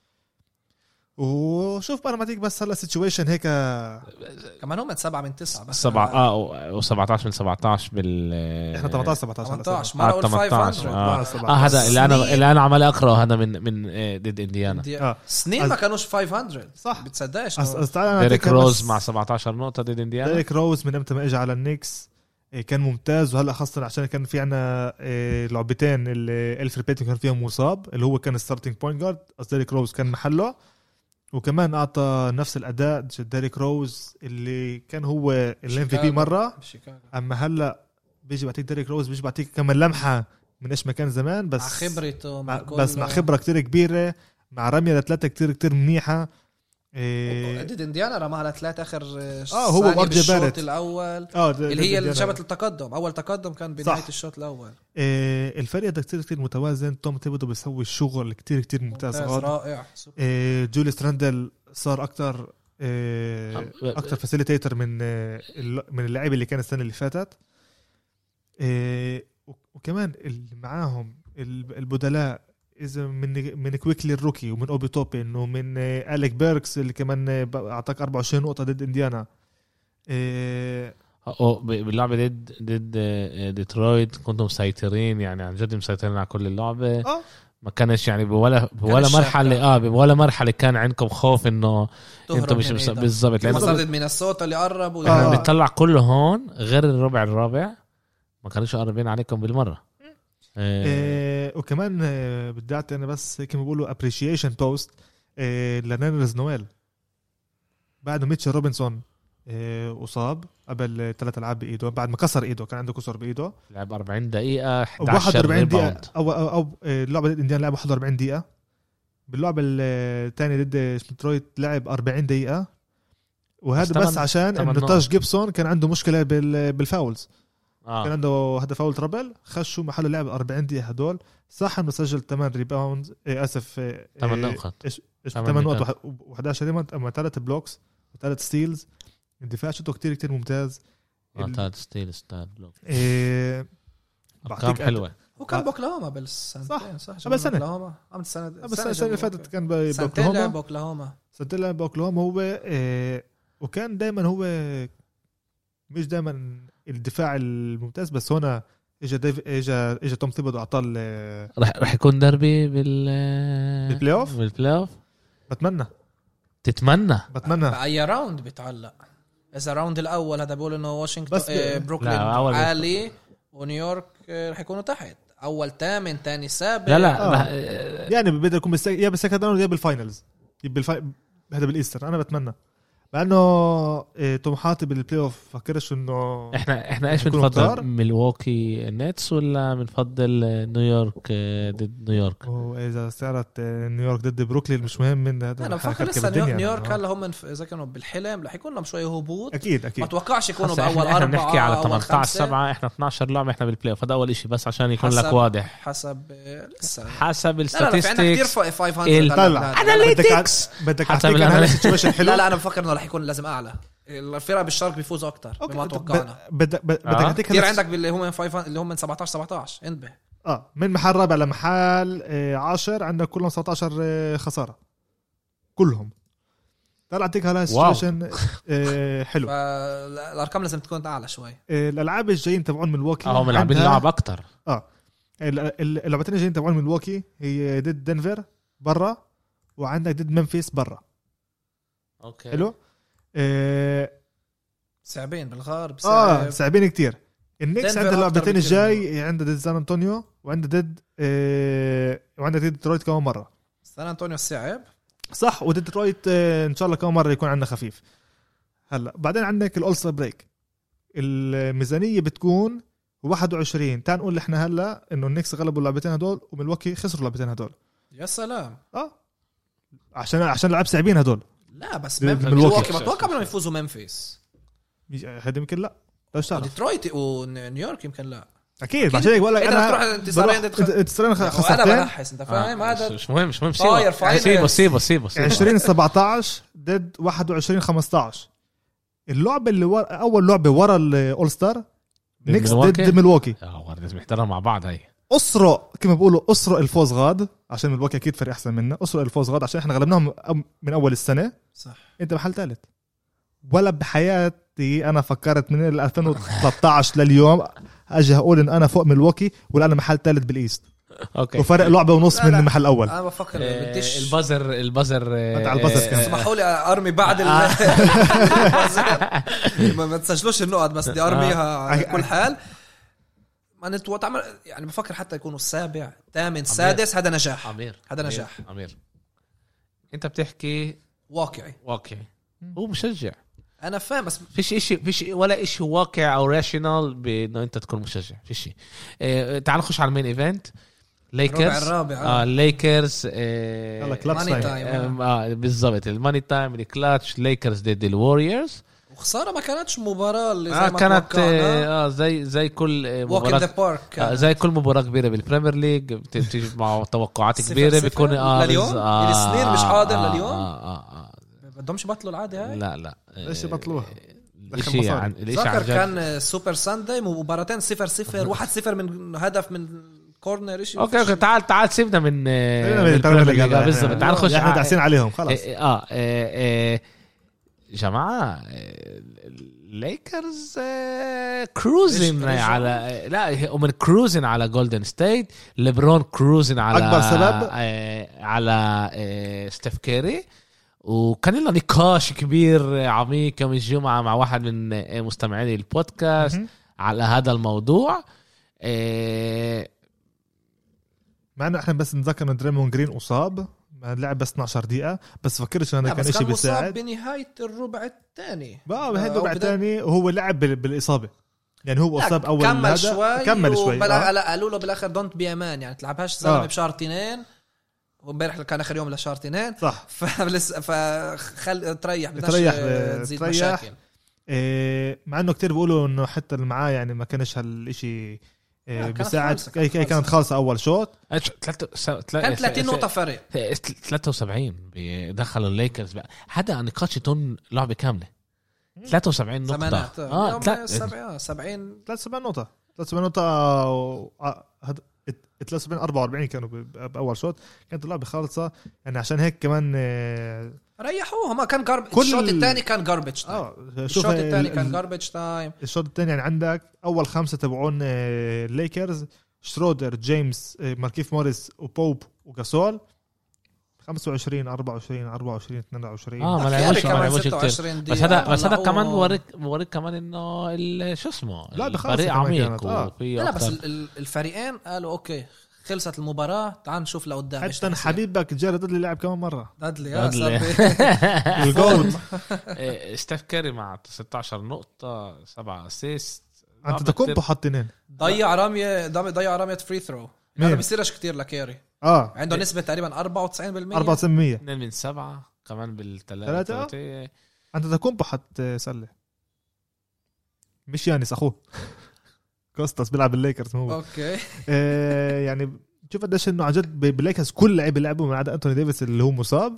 C: وشوف بقى معطيك بس هلا سيتويشن هيك
B: كمان هم 7 من 9 بس
A: 7 و17 من 17
C: احنا 18
B: مرة 500
A: هذا اللي انا عمال اقراه هذا من ضد انديانا
B: سنين ما كانوش 500
C: صح.
B: بتصدقش
A: ديريك روز مع 17 نقطة ضد انديانا.
C: ديريك روز من امتى ما اجى على النيكس كان ممتاز. وهلا خاصة عشان كان في عنا لعبتين اللي الفري بيتنج كان فيهم مصاب اللي هو كان ستارتنج بوينت جارد. ديريك روز كان محله وكمان أعطى نفس الأداء ديريك روز اللي كان هو اللي MVP مرة. أما هلا بيجي بعطيك ديريك روز بيجي بعطيك كمان لمحة من إيش ما كان زمان بس
B: مع خبرته
C: بس مع خبرة كتير كبيرة مع رمية لثلاثة كتير منيحة.
B: ضد انديانا رمى على 3 اخر
C: هو برضه
B: الشوط الاول اللي هي اللي جابت التقدم. اول تقدم كان بنهايه الشوط الاول.
C: الفريق ده كتير متوازن. توم تيبودو بيسوي الشغل كتير ممتاز
B: رائع.
C: جوليس راندل صار اكتر فاسيليتيتر من اللاعب اللي كان السنه اللي فاتت. وكمان اللي معاهم البدلاء إذا من كويكلي الروكي ومن أوبي توبين ومن أليك بيركس اللي كمان أعطاك 24 نقطة ضد إنديانا.
A: باللعبة ضد ديترويت كنتم مسيطرين يعني عن جد مسيطرين على كل اللعبة. ما كانش يعني بولا مرحلة بولا مرحلة كان عندكم خوف إنه أنتم مش بالضبط
B: لأنه ضد مينيسوتا اللي قربوا
A: يعني بتطلع كله هون غير الربع ما كانوش قربين عليكم بالمرة.
C: وكمان بدي أعطي أنا بس كما بيقولوا appreciation post لنيرز نويل بعد ميتشل روبنسون أصاب قبل 3 ألعاب بإيده بعد ما كسر إيده كان عنده كسر بإيده
A: لعب 40 دقيقة
C: 41 دقيقة أو اللعبة ضد إنديانا لعب 41 دقيقة. باللعبة الثانية ضد ديترويت لعب 40 دقيقة وهذا بس عشان إنه تاج جيبسون كان عنده مشكلة بالفاولز. كان عنده هذا فاول ترابل خشوا محله لعب 40 دقيقة هدول صح انه سجل 8 ريباوند
A: 8 نقط
C: 8 نقط و11 ريباوند اما 3 بلوكس و3 ستيلز. الدفاع شته كتير ممتاز.
A: 3 ستيلز 3 بلوكس
C: بعطيك
A: حلوة.
B: هو كان بوكلاهوما بالسنتين صح
C: بس السنة اللي فاتت كان بوكلاهوما سنتين بوكلاهوما هو وكان دايما هو مش دايما الدفاع الممتاز بس هنا اجى توم ثيبودو اعطاه
A: راح يكون دربي بالبلاي اوف. بتمنى
B: باي راوند بتعلق. اذا راوند الاول هذا بيقول انه واشنطن بروكلين عالي ونيويورك راح يكونوا تحت اول 8 ثاني سابع.
C: لا يعني بده يكون يا بالسكند راوند يا بالفاينلز هذا بالايستر. انا بتمنى لانه طموحاتي بالبلاي اوف فكرش انه
A: احنا ايش بنفضل ميلواكي نيتس ولا بنفضل نيويورك ضد نيويورك؟
C: واذا صارت نيويورك ضد بروكلين مش مهم من هذا.
B: انا بفكر لسه نيويورك هلا هم اذا كانوا بالحلم رح يكون لهم شويه هبوط
C: اكيد
B: ما اتوقعش يكونوا باول 4.
A: احنا بنحكي على 18 7 احنا 12 لعبه احنا بالبلاي اوف هذا اول شيء بس عشان يكون لك واضح حسب الستاتستكس
C: الاناليتكس بدك اعطيك على سيتويشن حلو.
B: لا انا بفكر انه رح يكون لازم اعلى. الفرق بالشرق بيفوزوا اكتر بما توقعنا.
C: بدك اعطيك
B: كثير عندك اللي هم 5 اللي هم من 17 انتبه
C: من محل رابع لمحل 10 عندنا كلهم 17 خساره كلهم. طلع اعطيك هلا سيتويشن حلو.
B: الارقام لازم تكون اعلى شوي.
C: الالعاب الجايين تبعون ملواكي
A: هم لاعبين لعب اكتر.
C: اللعبتين الجايين تبعون ملواكي هي ضد دنفر برا وعندك ضد ممفيس برا.
A: اوكي
C: حلو.
B: صعبين بالغرب.
C: صعبين كتير. النكس عنده اللعبتين الجاي عنده ضد سان أنطونيو وعنده ضد وعنده ضد ديترويت كمان مرة.
B: سان أنطونيو صعب
C: صح. وضد ديترويت إن شاء الله كمان مرة يكون عندنا خفيف. هلا بعدين عندك الأولستر بريك. الميزانية بتكون 21. تعال نقول إحنا هلا إنه النكس غلبوا اللعبتين هدول وملواكي خسروا اللعبتين هدول.
B: يا سلام.
C: عشان لعب صعبين هدول.
B: لا بس ملواكي ما توقع انهم يفوزوا ممفيس.
C: هذا يمكن لا.
B: ديترويت ونيويورك يمكن لا.
C: اكيد عشان هيك بقول لك انا انتصارين خسرتين.
B: انت فاهم هذا
A: مش مهم سيبه
C: 2017 ضد 21-15. اللعبه اللي اول لعبه ورا الاول ستار نيكس ضد ميلواكي.
A: لازم يحترموا مع بعض. هاي
C: اسره كما بيقولوا اسره الفوز غاد عشان ميلواكي اكيد فريق احسن منا. اسره الفوز غاد عشان احنا غلبناهم من اول السنه.
B: صح.
C: انت محل ثالث. ولا بحياتي انا فكرت من 2013 لليوم اجي اقول ان انا فوق ميلواكي ولا انا محل ثالث بالايست.
A: اوكي
C: وفرق لعبه ونص من المحل الاول.
B: انا بفكر بديش
A: البزر
C: على البزر.
B: اسمحوا لي ارمي بعد ما تسجلوش النقط بس بدي ارميها على كل حال. ما نتوقع يعني بفكر حتى يكونوا السابع ثامن سادس. هذا نجاح. هذا نجاح.
A: انت بتحكي واقعي هو مشجع.
B: انا فاهم بس
A: فيش ولا إشي واقع او راشنال بانه انت تكون مشجع. فيش شيء. تعال نخش على المين ايفنت. ليكرز ليكرز
B: ماني تايم.
A: بالضبط الماني تايم الكلاتش. ليكرز ضد الواريورز.
B: وخساره ما كانتش مباراه اللي زي ما
A: كانت زي كل مباراه زي كل مباراه كبيره بالبريمير ليج بتيجي مع توقعات كبيره بيكون
B: لليوم السنين مش حاضر لليوم. بدهمش بطلوا العاده هاي.
A: لا
C: ليش بطلوها؟
A: الاشي عن
B: كان سوبر سانداي مباراتين 0-0 1-0 من هدف من كورنر. إشي
A: اوكي تعال سيبنا من بالضبط. تعال نخش
C: احنا داعسين عليهم خلاص.
A: جماعه ليكرز كروزين على من كروزين على جولدن ستيت. ليبرون كروزين على
C: اكبر سبب
A: على ستيف كيري. وكان لنا نقاش كبير عميق يوم الجمعة مع واحد من مستمعين البودكاست على هذا الموضوع.
C: مع انه احنا بس نذكر ان دريمون جرين اصاب لعب بس 12 دقيقة بس فكرش انه كان اشي بيساعد.
B: بنهاية الربع الثاني
C: بنهاية الربع الثاني وهو لعب بالإصابة يعني هو أصاب أول
B: كمل شوي قالوا له بالآخر دونت بي امان يعني تلعبهاش زلمة بشهر 2 وامبارح كان آخر يوم لشهر 2
C: صح.
B: فخل تريح تزيد مشاكل.
C: مع انه كتير بيقولوا انه حتى اللي معاه يعني ما كانش هالشيء بيساعد. كانت خالصة أول شوط
B: كان 30 نقطة فرق
A: 73 بدخلوا الليكرز. هذا نقاش تون لعبة كاملة 73 نقطة
C: 73 نقطة 73 44 كانوا بأول شوط. كانت اللعبة خالصة يعني عشان هيك كمان
B: ريحوه. ما كان الشوط الثاني كان garbage time. الشوط الثاني كان garbage time.
C: الشوط الثاني يعني عندك أول 5 تبعون الليكرز شرودر جيمس ماركيف موريس وبوب وغاسول 25 24 24 22.
A: ما لعبوش كتير بس هذا كمان بوريك كمان انه شو اسمه الفريق عميق.
B: لا بس الفريقين قالوا اوكي خلصت المباراة تعال نشوف لقدام.
C: حتى حبيبك جاري دادلي لعب كمان مرة.
B: دادلي
C: الجولد
A: ستيف كيري مع 16 نقطة 7 اسيست.
C: انت تكون بحطينين
B: ضيع رمية فري ثرو. ما بيصيرش كتير لكيري. عنده نسبة تقريبا 94%
C: 2
A: من 7 كمان بالثلاثة.
C: انت تكون بحط سلة مش يانس اخوه كوستاس بيلعب الليكرز هو.
B: اوكي
C: يعني شوف قديش انه عن جد بالليكرز كل لعيبه لعبوا ما عدا انتوني ديفيس اللي هو مصاب.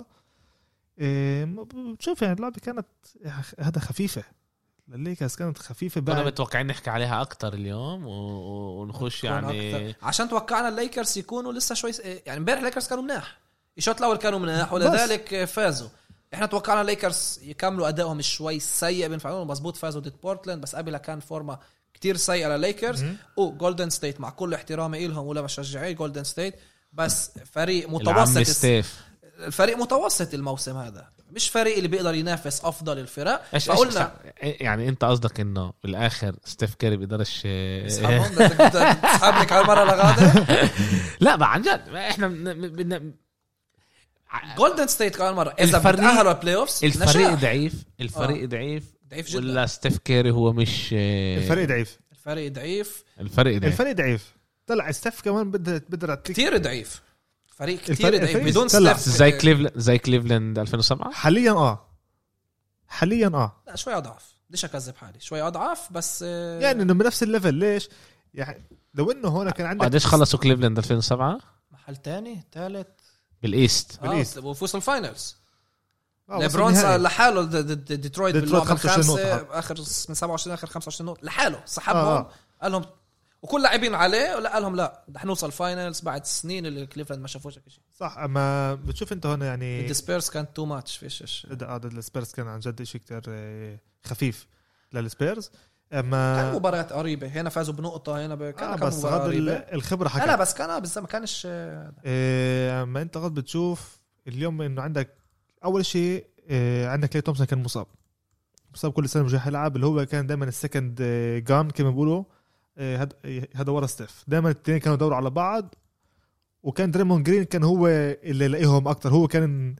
C: شوف يعني اللعبه كانت هذا خفيفه. الليكرز كانت خفيفه
A: كنا متوقعين نحكي عليها اكتر اليوم ونخش يعني
B: أكتر. عشان توقعنا الليكرز يكونوا لسه شوي يعني امبارح الليكرز كانوا مناح. الشوط الاول كانوا مناح ولذلك فازوا. احنا توقعنا ليكرز يكملوا ادائهم شوي سيء بنفعلهم مزبوط فازوا ضد بورتلاند بس قبلها كان فورما كتير سيئة لليكرز وجولدن ستيت مع كل احترامي إلهم ولا مشجعي جولدن ستيت بس فريق متوسط الفريق متوسط الموسم هذا مش فريق اللي بيقدر ينافس أفضل الفرق فقلنا
A: يعني أنت قصدك إنه بالآخر ستيف كاري بيقدرش
B: يسحبهم تسحبلك على المرة لغادة
A: لا بقى عن جد إحنا بدنا
B: جولدن ستيت كمان مرة إذا بتأهلوا البلاي أوفس
A: الفريق ضعيف ضعيف
B: جدا
A: ولا ستيف كاري هو مش
C: الفريق ضعيف طلع ستيف كمان بدها
B: كتير ضعيف فريق كتير ضعيف بدون ستيف
A: زي كليفلاند 2007
C: حاليا
B: لا شوي أضعف ليش أكذب حالي شوي أضعف بس
C: يعني إنه بنفس الليفل ليش يعني لو إنه هون كان عندك
A: قديش خلصوا كليفلاند 2007
B: محل تاني ثالث
A: بالإيست
B: وفوز الفاينلز ليبرون لحاله ديترويت باللعبة الخامسة آخر من 27 آخر 25 نقطة لحاله سحبهم قال لهم وكل لاعبين عليه ولا قال لهم لا رح نوصل فاينلز بعد سنين اللي كليفلاند ما شافوش شيء
C: صح. اما بتشوف انت هون يعني
B: السبيرز كان تو ماتش فيش
C: السبيرز كان عن جد شيء كتير خفيف للسبيرز. اما
B: كان مباريات قريبة هنا فازوا بنقطة هنا كان
C: بس هذا الخبرة حكا
B: لا بس كان بالذات ما كانش
C: اما انت قد بتشوف اليوم انه عندك اول شيء عندك كلاي تومسون كان مصاب كل سنة مش راح يلعب اللي هو كان دائما السكند جان كما بيقولوا هذا ورا ستيف دائما الاثنين كانوا يدوروا على بعض وكان دريمون جرين كان هو اللي لاقيهم اكتر هو كان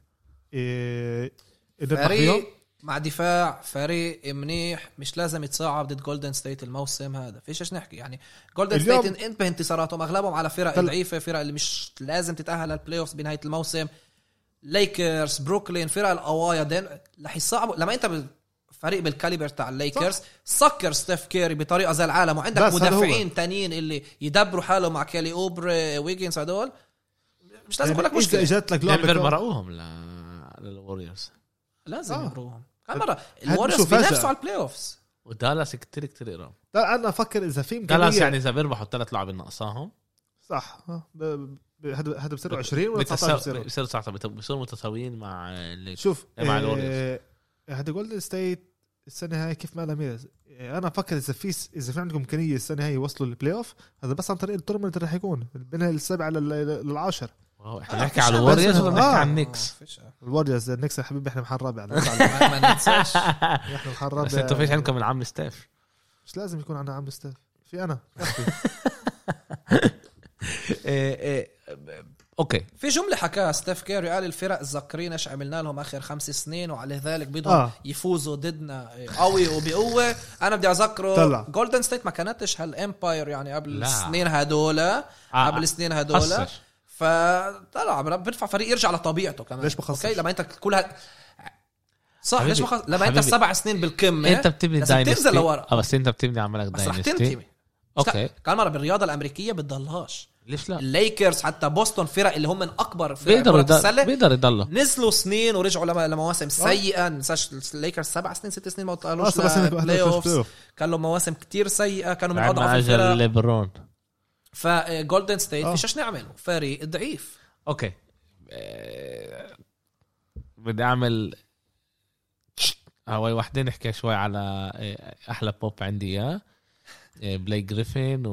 B: فريق مع دفاع فريق منيح مش لازم يتصاعد ضد جولدن ستيت الموسم هذا فيش نحكي يعني جولدن ستيت انتبه انتصاراتهم اغلبهم على فرق ضعيفة فرق اللي مش لازم تتأهل للبلاي اوفز بنهاية الموسم ليكرز بروكلين فرق القوايا رح يصعبوا لما انت فريق بالكاليبر تاع الليكرز سكر ستيف كيري بطريقه زي العالم وعندك مدافعين تانيين اللي يدبروا حالهم مع كيلي اوبري ويجنز هدول مش لازم اقول لك مشكله
C: اجت لك لعبه
A: مرقوهم للوريورز
B: لازم يمروهم كان مره الوريورز بينافسوا على البلاي اوفز
A: ودالاس كتير قريب
C: انا افكر اذا في
A: دالاس يعني اذا بيربحوا 3 لعب ناقصاهم صح
C: هذا بصيروا 20 ولا 19
A: بصيروا متساويين مع
C: شوف
A: مع الوريورز
C: هذا جولدن ستيت السنه هاي كيف ما لها ميز انا افكر اذا في عندكم امكانيه السنه هاي يوصلوا للبلاي اوف هذا بس عن طريق التورنمنت اللي راح يكون بين ال7 لل10
A: احنا نحكي على الوريورز ولا نحكي على النكس
C: الوريورز النكس يا حبيبي احنا محل رابع ما ننساش احنا محل رابع
A: بس انتوا فيش عندكم العم ستيف
C: مش لازم يكون عندنا عم ستيف في انا
B: اوكي في جمله حكاها ستيف كيري قال الفرق ذكرين ايش عملنا لهم اخر 5 سنين وعلى ذلك بدهم يفوزوا ضدنا قوي وبقوه انا بدي اذكره جولدن ستيت ما كانتش هالامباير يعني قبل السنين هدول قبل السنين هدول فطلع بدفع فريق يرجع لطبيعته كمان
C: ليش بخصص
B: اوكي لما انت كلها صح ليش لما انت 7 سنين بالقمه
A: انت بتبني
B: تنزل لورا
A: بس انت بتبني عملك داينستي
B: اوكي كان مره بالرياضه الامريكيه بتضلهاش
A: ليش لا
B: الليكرز حتى بوسطن فرق اللي هم من اكبر
A: فرق كرة السله بيقدر يضلوا
B: نزلوا سنين ورجعوا لمواسم سيئه نساش الليكرز 7 سنين 6 سنين ما طلعوش كان لهم مواسم كتير سيئه كانوا من اضعف الفرق
A: ليبرون
B: فجولدن ستيت فيش نعمل فريق ضعيف
A: اوكي بدي اعمل هواي واحدة نحكي شوي على احلى بوب عندي اياه بلاي جريفين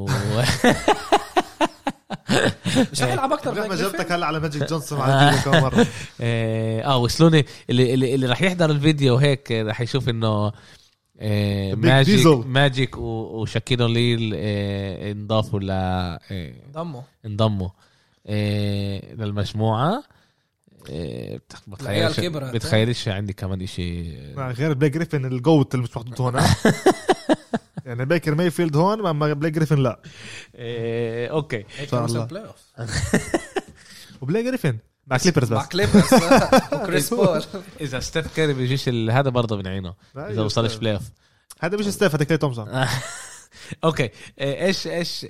B: مش هيلعب اكتر
C: ما جبتك هلا على ماجيك جونسون على كم مره
A: وصلوني اللي راح يحضر الفيديو هيك راح يشوف انه ماجيك وشاكين اوليل انضافوا انضموا للمجموعه بتخيلش عندي كمان اشي
C: غير بلاي جريفين الجوت اللي مش محطوط هنا يعني بيكر مايفيلد هون اما بلاي جريفين لا
A: اوكي
C: وبلاي جريفين مع كليبرز
B: مع كليبرز وكريس بول
A: اذا ستيف كاري بيجيش هذا برضه بنعينه اذا وصلش بلاي اوف
C: هذا مش ستيف هذا كلاي تومسون
A: اوكي ايش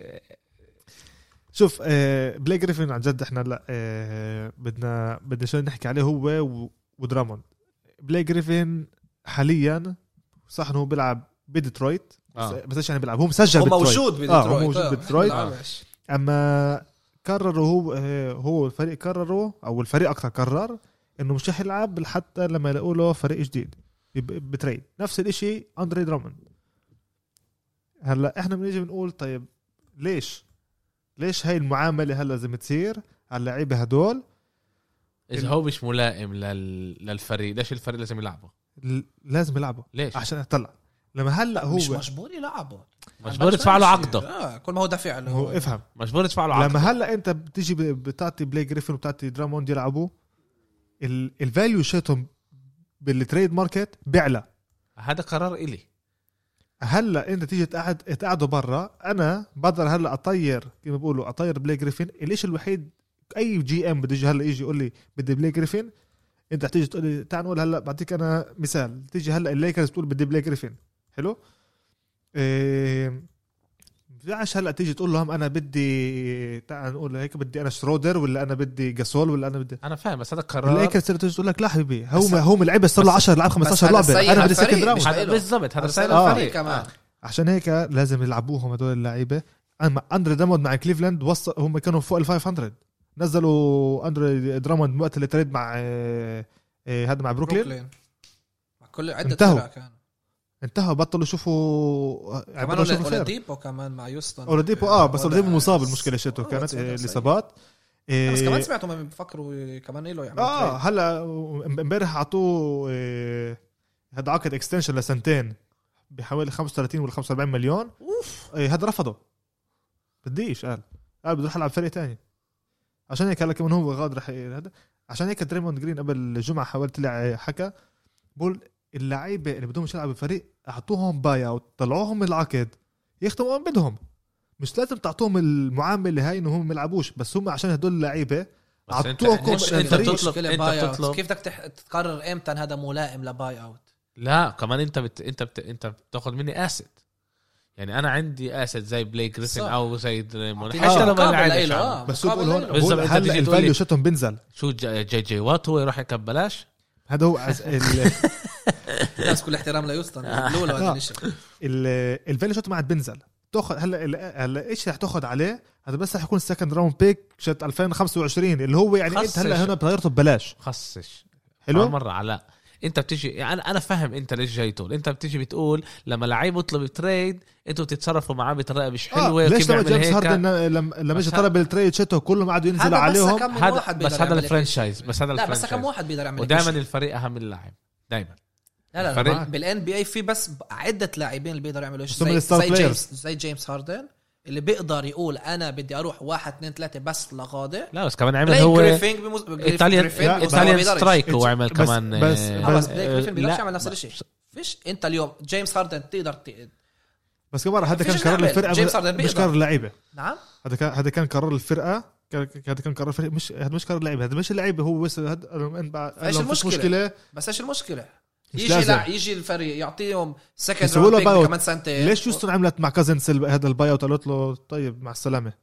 C: شوف بلاي جريفين عن جد احنا لا بدنا شو نحكي عليه هو ودرامون بلاي جريفين حاليا صح انه هو بيلعب بديترويت بس ايش يعني بيلعب هو مسجل بديترويت اما قرروا هو الفريق قرروا او الفريق اكثر قرر انه مش رح يلعب حتى لما يلاقوا له فريق جديد بتريد. نفس الاشي أندري دراموند. هلا احنا بنيجي بنقول طيب ليش هاي المعامله هلا لازم تصير على اللعيبه هدول؟
A: اذا هو مش ملائم للفريق، ليش الفريق لازم يلعبه؟
C: لازم يلعبه
A: ليش؟
C: عشان اطلع لما هلا هو
B: مش مجبور يلعبه،
A: مجبور يدفع له عقده.
B: كل ما هو دافع له
C: هو افهم
A: مجبور يدفع له عقده.
C: لما هلا انت بتيجي بتعطي بلاي جريفن وبتعطي دراموند يلعبوا، الفاليو شيتهم بالتريد ماركت بيعلى.
A: هذا قرار إلي.
C: هلا انت تيجي تقعدوا برا، انا بقدر هلا اطير كيف بيقولوا اطير بلاي جريفن. الاشي الوحيد اي جي ام بده يجي هلا يجي يقول لي بدي بلاي جريفن، انت تيجي تقول لي تعال نقول هلا بعطيك انا مثال، تيجي هلا الليكرز تقول بدي بلاي جريفن حلو، فيش هلا تيجي تقول لهم انا بدي تعال نقول هيك بدي انا شرودر ولا انا بدي جاسول ولا انا بدي.
A: انا فاهم بس هذا قرار.
C: الليكرز تيجي تقول لك لا حبيبي هو ملعب صار له 10 لعب 15 لعبه، انا بدي سكند راوند.
A: بالضبط هذا سيء
B: الفريق كمان.
C: عشان هيك لازم يلعبوهم هدول اللعيبه. اما اندري دراموند مع كليفلاند وصل هم كانوا فوق ال 500، نزلوا اندري دراموند وقت اللي تريد مع هذا مع بروكلين.
B: مع كل عده فرق كان
C: انتهوا بطلوا يشوفوا
B: كمان اولاديبو كمان مع يوستن.
C: اولاديبو بس اولاديبو مصاب، المشكله شته كانت الاصابات.
B: بس كمان سمعتهم بفكروا كمان له يعملوا
C: هلا امبارح اعطوه هذا عقد اكستنشن لسنتين بحوالي 35 ولا 45 مليون. هذا رفضه، بديش قال بده يروح يلعب فريق تاني. عشان هيك هلا كمان هو غاد رح هذا. عشان هيك دريموند جرين قبل الجمعه حاول طلع حكى بقول اللعيبه اللي بدهم يلعبوا بالفريق اعطوهم باي اوت، طلعوهم من العقد يختموا من بدهم، مش لازم تعطوهم المعامله هاي انهم ما يلعبوش، بس هم عشان هدول اللعيبه اعطوكم
A: انت تطلب
B: كيف بدك تقرر امتى هذا ملائم لباي اوت؟
A: لا كمان انت بتاخذ مني اسيت. يعني انا عندي اسيت زي بلاي جريفن او زي دريموند حتى لو ما لعبش
C: بس هو هلا الفاليو شتهم بنزل.
A: شو جي وات هو يروح يكب بلاش.
C: هذا هو
B: الناس كل احترام ليوستن الاولى هذا الشيء
C: الفاليو شتهم قاعد بنزل. تاخذ هلا ايش رح تاخذ عليه؟ هذا بس رح يكون سكند راوند بيك شت 2025 اللي هو يعني انت هلا هنا بتغيرته ببلاش.
A: خصش
C: حلو
A: مره على انت بتيجي يعني انا فاهم انت ليش جاي تقول. انت بتيجي بتقول لما لعيب يطلب تريد انتوا بتتصرفوا معاه بطريقه مش حلوه.
C: ليش لما جيمس هاردن لما اجى طلب التريد شتو كلهم قعدوا ينزلوا عليهم.
A: هذا الفرانشايز بس هذا
B: الفرانشايز. بس كم واحد بيقدر يعمل.
A: ودائما الفريق اهم من اللاعب دائما.
B: لا بالان بي اي في بس عده لاعبين اللي بيقدروا يعملوا زي جيمس هاردن اللي بيقدر يقول انا بدي اروح 1 2 3 بس لغاده.
A: لا بس كمان عمل هو ايطاليان سترايك هو عمل كمان
B: بس جريفين بيقدرش يعمل نفس الشيء. فيش انت اليوم جيمس هاردن تقدر
C: بس كمان هذا كان قرار الفرقه مش قرار اللعيبه.
B: نعم
C: هذا كان قرار الفرقه. هذا كان قرار الفريق مش هذا مش قرار اللعيبه. هذا مش اللعيبه هو بس
B: هذا مشكله. بس ايش المشكله؟ يجي الفريق يعطيهم سكند
C: راوند
B: كمان سنتين.
C: ليش يوستن عملت مع كازنز هذا الباي اوت؟ قالت له طيب مع السلامه.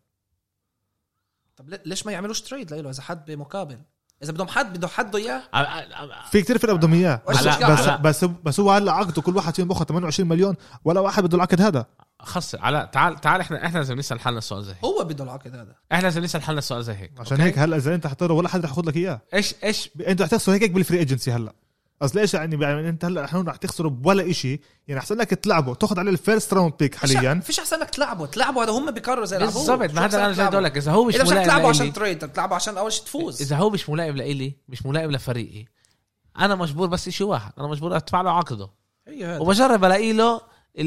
B: طب ليش ما يعملوش تريد له اذا حد بمقابل؟ اذا بدهم حد اياه
C: في كتير فرق بدهم اياه. بس هو هلا عقده كل واحد فيهم باخذ 28 مليون ولا واحد بده العقد هذا.
A: خلص على تعال احنا لازم نسال حالنا السؤال زي هيك.
B: هو بده العقد هذا.
A: احنا لازم نسال حالنا السؤال زي هيك
C: عشان هيك هلا اذا انت حطيره ولا حد رح ياخذ لك اياه.
A: ايش
C: انت رح تخسر هيك بالفري ايجنسي هلا. اصل ايش يعني انت هلا رح تخسروا بولا إشي. يعني احسن لك تلعبوا تاخذ عليه الفيرست راوند بيك حاليا.
B: فيش احسن لك تلعبوا هذا هم بيقرروا زي لعبوا
A: بالضبط. ما هذا انا جاي اقول لك اذا هو مش
B: ملائم تلعبوا عشان تريد تلعبوا عشان اول شيء تفوز.
A: اذا هو مش ملائم لإلي مش ملائم لفريقي انا مجبور بس إشي واحد. انا مجبور ادفع له عقده وبجرب الاقي له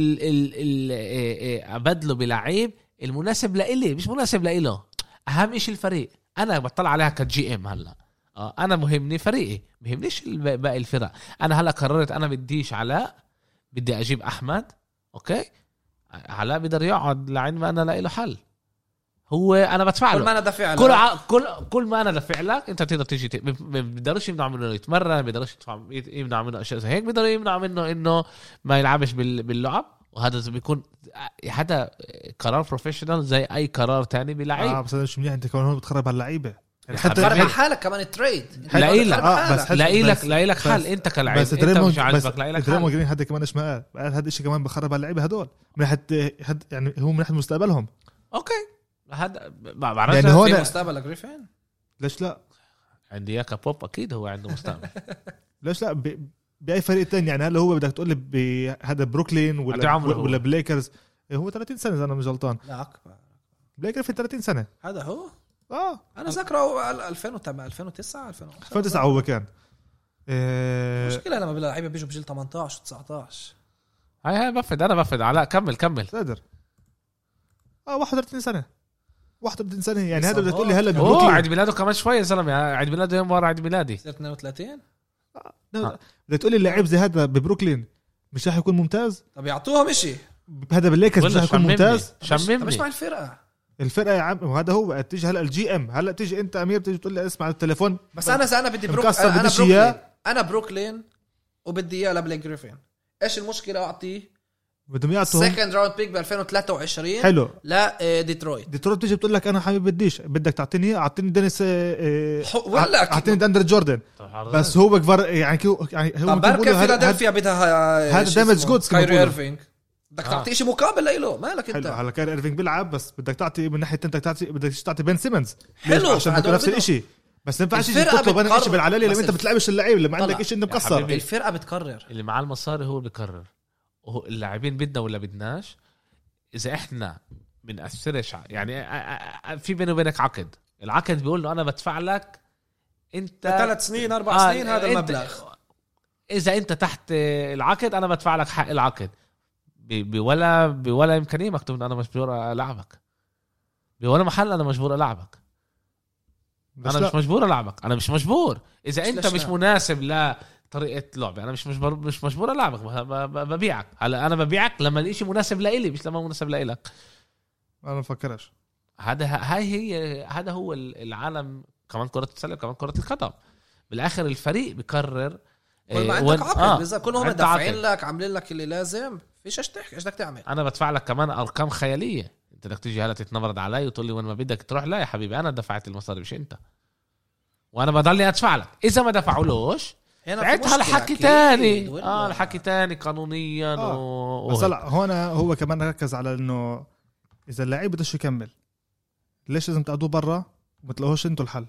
A: ابدله بلعيب المناسب لإلي مش مناسب لإله. اهم شيء الفريق. انا بطلع عليها كجي ام هلا انا مهمني فريقي مهمنيش باقي الفرق. انا هلا قررت انا بديش علاء بدي اجيب احمد. اوكي علاء بيقدر يقعد لعين ما انا لاقي له حل. هو انا بدفع له
B: كل ما انا دافع
A: له كل ما انا دافع لك انت بتقدر تيجي ما بيقدرش يمنع منه يتمرن ما بيقدرش يمنع منه اشياء زي هيك. بيقدر يمنع منه انه ما يلعبش باللعب. وهذا بيكون هذا قرار بروفيشنال زي اي قرار تاني بلعيب.
C: بس مش منيح انت كمان هون بتخرب على اللعيبه.
B: يعني حتى حالك كمان التريد
A: لاقي لك حل انت كلاعب
C: انت مش عاجبك لاقي لك حل. جرين هذا كمان ايش ما قال هذا الشيء كمان بخرب على اللعيبه هدول من حتى يعني هو من ناحيه مستقبلهم.
A: اوكي هذا بعرفش
C: يعني هون
B: مستقبل جريفين
C: ليش لا
A: عندي اياك بوب اكيد هو عنده مستقبل.
C: ليش لا باي فريق تاني يعني؟ هلا هو بدك تقول لي بهذا بروكلين ولا بليكرز هو 30 سنه اذا انا مش غلطان.
B: لا اكبر
C: بليكر في 30 سنه
B: هذا هو. انا
C: انا
B: ذكره 2009
C: 2009 هو كان
B: مشكله لما اللعيبه بيجوا بجيل 18 و19.
A: هاي بفد انا بفد علاء كمل
C: قادر 31 سنه 31 سنه يعني. هذا بدك تقول لي هلا ببروكلين
A: عيد ميلاده كمان شوي يا زلمه، عيد ميلاده يوم ورا عيد ميلادي
B: 32.
C: بدك تقول لي اللاعب زي هذا ببروكلين مش راح يكون ممتاز؟
B: طب يعطوهم إشي
C: هذا بالليكرز مش راح يكون ممتاز؟
B: شممني مش مع الفرقه يا
C: عم. وهذا هو تيجي هلا الجي ام، هلا تيجي انت امير تيجي تقول لي اسمع التليفون
B: بس انا بدي بروكلين وبدي اياه لبلاك جريفين. ايش المشكله؟ اعطيه
C: بدهم يعطوهم
B: سكند راوند بيك ب 2023
C: حلو
B: لا ديترويت
C: تيجي بتقول لك انا حبيبي بديش، بدك تعطيني اعطيني دينيس
B: ولا
C: اعطيني داندر جوردن بس هو بكبر يعني هو
B: بركه فيلادلفيا بدها
C: هذا دامج جودز
B: كايري ايرفينج بدك تعطي شيء مقابل له مالك انت.
C: حلو على كايري ايرفينج بيلعب بس بدك تعطي من ناحيه انت بدك تعطي بن سيمنز
B: حلو
C: عشان نفس الشيء. بس ما ينفعش تطلب انا شيء بالعلالي لما انت بتلعبش اللعيب لما عندك شيء انت مكسر.
B: الفرقه بتقرر
A: اللي معاه المصاري هو بيقرر. اللاعبين بدنا ولا بدناش. اذا احنا بنأثرش يعني في بيني وبينك عقد، العقد بيقول له انا بدفع لك انت
B: 3 سنين 4 سنين هذا المبلغ.
A: اذا انت تحت العقد انا بدفع لك حق العقد. بولا امكانيه مكتوب انا مجبور العبك، بولا محل انا مجبور العبك. انا مش مجبور العبك، انا مش مجبور. اذا انت مش مناسب لطريقه لعبه انا مش مجبور العبك، ببيعك. هلا انا ببيعك لما الاشي مناسب لإلي مش لما مناسب لإلك.
C: انا بفكرش
A: هذا هو العالم. كمان كرة السلة كمان كرة القدم بالاخر الفريق بيقرر.
B: ما عندك عقد كلهم دافعين لك عاملين لك اللي لازم، فيش ايش تحكي ايش بدك تعمل.
A: انا بدفع لك كمان ارقام خياليه، انت بدك تيجي هلا تتنمرد علي وتقول لي وين ما بدك تروح. لا يا حبيبي انا دفعت المصاري مش انت، وانا بضلني ادفع لك. اذا ما دفعولوش ساعتها الحكي تاني الحكي تاني قانونيا
C: بس هنا هو كمان ركز على انه اذا اللاعب بدوش يكمل ليش لازم تقعدوه برا وما تلاقوش انتوا الحل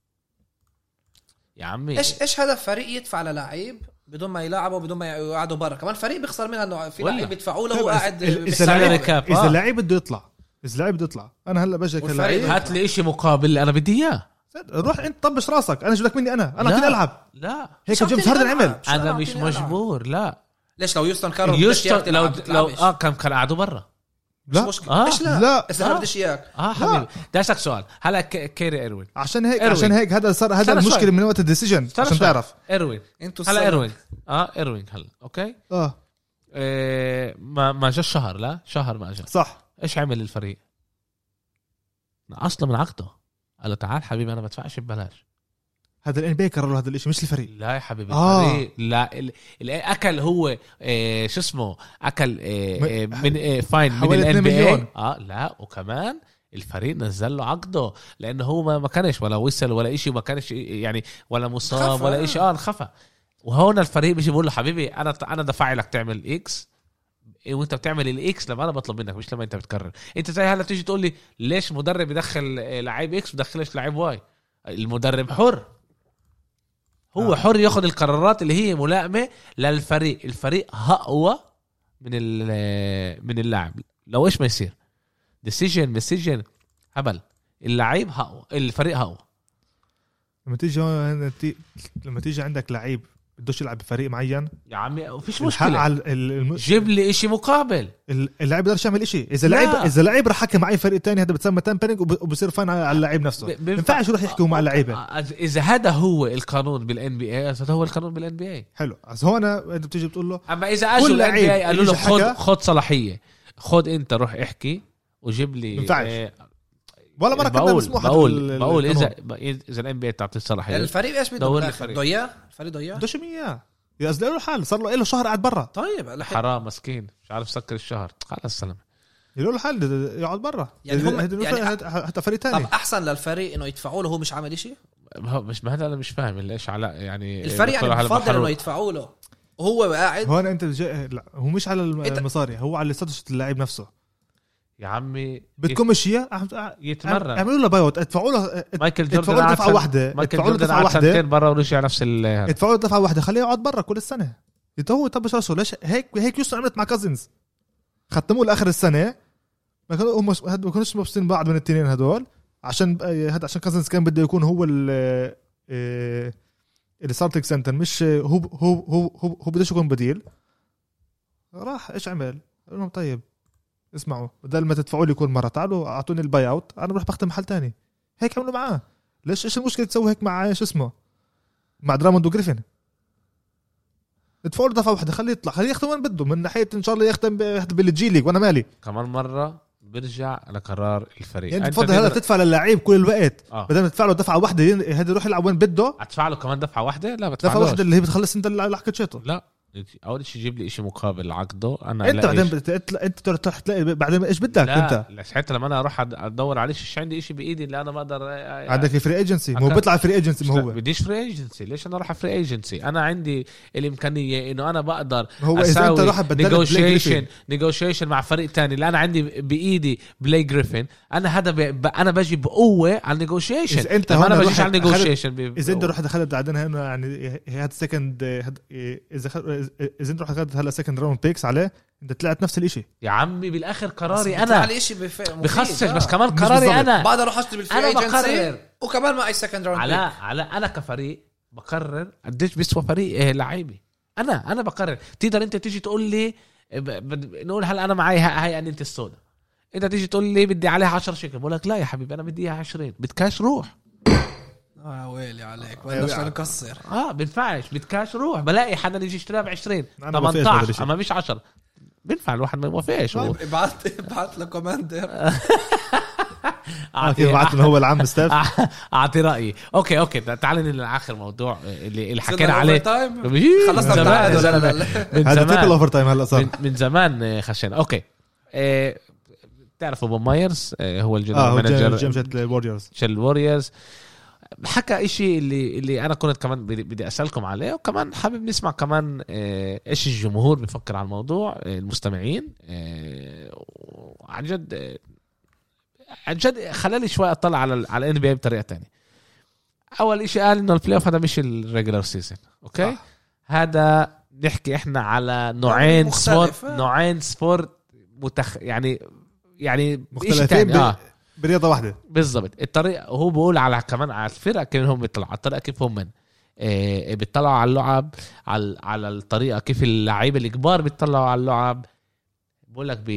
A: يا عمي.
B: ايش هدف فريق يدفع للاعب بدون ما يلعبوا بدون ما يقعدوا برا؟ كمان فريق بيخسر منها انه في لاعب يدفعوا له وقاعد
C: اذا اللاعب بده يطلع انا هلا بجيك اللاعب
A: هات لي شيء مقابل اللي انا بدي اياه.
C: روح انت طبش راسك، انا جبتك مني انا كنت العب.
A: لا
C: هيك جيمس هاردن عمل.
A: انا مش مجبور. لا
B: ليش لو يوستن كانوا
A: لو كان قاعدوا برا
C: لا
B: مش لا
C: لا
B: بديش اياك
A: حبيبي. بدي اسالك سؤال. هلا كيري ايروين
C: عشان هيك هذا صار هذا المشكله من وقت الديسيجن عشان تعرف
A: ايروين
B: انتوا
A: هلا ايروين هلا اوكي ما جاش شهر ما جاء
C: صح.
A: ايش عمل الفريق اصلا من عقده؟ قال له تعال حبيبي انا بدفعش ببلاش.
C: هذا الان بي قرروا هذا الاشي مش الفريق.
A: لا يا حبيبي الفريق لا اكل هو شو اسمه اكل من فاين من الان بي. لا وكمان الفريق نزل له عقده لانه هو ما كانش ولا وصل ولا اشي وما كانش يعني ولا مصاب ولا اشي انخفى. وهون الفريق بيجي بيقول له حبيبي انا دفع لك تعمل اكس وانت بتعمل الاكس لما انا بطلب منك مش لما انت بتكرر. انت زي هلا تيجي تقول لي ليش مدرب يدخل لعيب اكس بدخلش لعيب واي؟ المدرب حر، هو حر ياخذ القرارات اللي هي ملائمه للفريق. الفريق اقوى من اللاعب. لو ايش ما يصير ديسيجن هبل، اللعيب اقوى، الفريق اقوى.
C: لما تيجي عندك لعيب بدوش يلعب بفريق معين يا
A: عمي مفيش مشكله جيب لي اشي مقابل.
C: اللاعب بيقدرش يعمل اشي. اذا لعيب راح يحكي مع اي فريق تاني هذا بتسمى تامبرينج وبصير فاين على اللاعب نفسه. ما ينفعش يروح يحكوا مع اللعيبه.
A: اذا هذا هو القانون بالان بي اي هذا هو القانون بالان بي اي.
C: حلو. از هون انت بتيجي بتقول له
A: اما اذا اجوا الان بي اي قالوا له خد صلاحيه، خد انت روح احكي وجيب لي
C: ولا مرة كنا مسموحة.
A: بقول إذا الان بي تعطي الصلاحية
B: الفريق ايش بده؟ الفريق ضيع
C: دوش مياه يأزل له حال صار له شهر قاعد برا.
B: طيب
A: حرام مسكين مش عارف سكر الشهر خلاص السلام
C: يقولوا له حال يقعد برا
B: يعني هم
C: حتى فريق تاني.
B: طب احسن للفريق انه يدفعوا له هو مش عامل شيء.
A: مش ما هذا انا مش فاهم ليش علاء يعني
B: الفريق يعني بفضل انه يدفعوا له وهو قاعد.
C: هون انت لا هو مش على المصاري، هو على استاتس اللاعب نفسه.
A: يا عمي
C: بدكم اشياء
A: يتمرن.
C: اعملوا له بايوت، ادفعوا له
A: مايكل جوردن
C: دفعه واحده،
A: مايكل جوردن قعد سنتين برا ورجع نفس
C: ادفعوا له دفعه واحده، خليه يقعد برا كل السنه يتهو. طب شو ليش هيك يوسف عملت مع كازنز، ختموه لاخر السنه، ما كانوا هم ما كانوش مبسوطين بعض من الاثنين هدول، عشان كازنز كان بده يكون هو الستارتنج سنتر، مش هو بدوش يكون بديل. راح ايش عمل؟ قال لهم طيب اسمعوا، بدل ما تدفعوا لي كل مره تعالوا اعطوني الباي اوت، انا بروح بختم محل تاني. هيك عملوا معاه. ليش ايش المشكله تسوي هيك مع شو اسمه، مع دراموند وجريفن؟ ادفعوا له دفعه واحده، خليه يطلع، خليه يختم وين بده، من ناحيه ان شاء الله يختم بالجي ليج وانا مالي.
A: كمان مره برجع لقرار الفريق.
C: يعني تفضل هلا تدفع للاعب كل الوقت بدل ما تدفع له دفعه واحده هذا يروح يلعب وين بده.
A: ادفع له كمان دفعه واحده؟ لا
C: دفعه واحده اللي هي بتخلص انت اللي حكيته.
A: لا اول شيء يجيب لي شيء مقابل عقده. انا
C: انت بعدين انت تروح تلاقي بعدين ايش بدك انت.
A: لا حتى لما انا اروح ادور عليه ايش عندي شيء بايدي اللي انا ما اقدر.
C: عندك فري ايجنسي، ما هو بيطلع فري ايجنسي، ما هو
A: بديش فري ايجنسي. ليش انا اروح فري ايجنسي؟ انا عندي الامكانيه انه انا بقدر
C: هو اذا انت راح
A: نيغوشيشن مع فريق تاني اللي انا عندي بايدي بلاي جريفن. انا هذا انا باجي بقوه على النيغوشيشن.
C: انت
A: انا باجيش على النيغوشيشن.
C: اذا انت رحت دخلت بعدين هنا يعني هاد سكند، اذا انت رحت هلا سكند راوند بيكس عليه، انت طلعت نفس الاشي يا
A: عمي. بالاخر قراري انا
B: على الاشي
A: بخصص، بس كمان قراري انا
B: بعد اروح اشتري بالفري ايجنسي وكمان مع اي سكند راوند
A: على انا كفريق بقرر قديش بيسوى فريق لعيبي. انا بقرر. تقدر انت تيجي تقول لي نقول هلا انا معي هاي انت السودا، انت تيجي تقول لي بدي عليها 10 شيكل، بقول لك لا يا حبيبي انا بدي اياها 20. بدكاش روح.
B: ويلي عليك ولا نكسر.
A: بنفعش. بدكاش روح. بلاقي حدا يجي يشتريها ب 20 18 اما مش 10. بينفع الواحد ما يوافقش.
B: ابعت له كوماندر
C: بعت هو العم ستاف
A: اعطي رايي. اوكي تعال للاخر موضوع اللي حكينا عليه.
B: خلصنا
C: هذا تريبل اوفر تايم هلا صار
A: من زمان خشينا. اوكي تعرفوا بوب مايرز هو الجنرال مانجر الوريورز. حكى إشي اللي أنا كنت كمان بدي أسألكم عليه، وكمان حابب نسمع كمان إيش الجمهور بيفكر على الموضوع، المستمعين. عن جد خلالي شوي أطلع على NBA بطريقة تانية. أول إشي قال إنه البلاي أوف هذا مش الريجولار سيزن. أوكي هذا نحكي إحنا على نوعين سبورت يعني
C: مختلفين برياضة واحدة
A: بالضبط. الطريقة هو بيقول على كمان على الفرق كيف هم بيطلعوا على الطريقة، كيف هم بيطلعوا على اللعب، على الطريقة كيف اللعيبة الكبار بيطلعوا على اللعب. بقول لك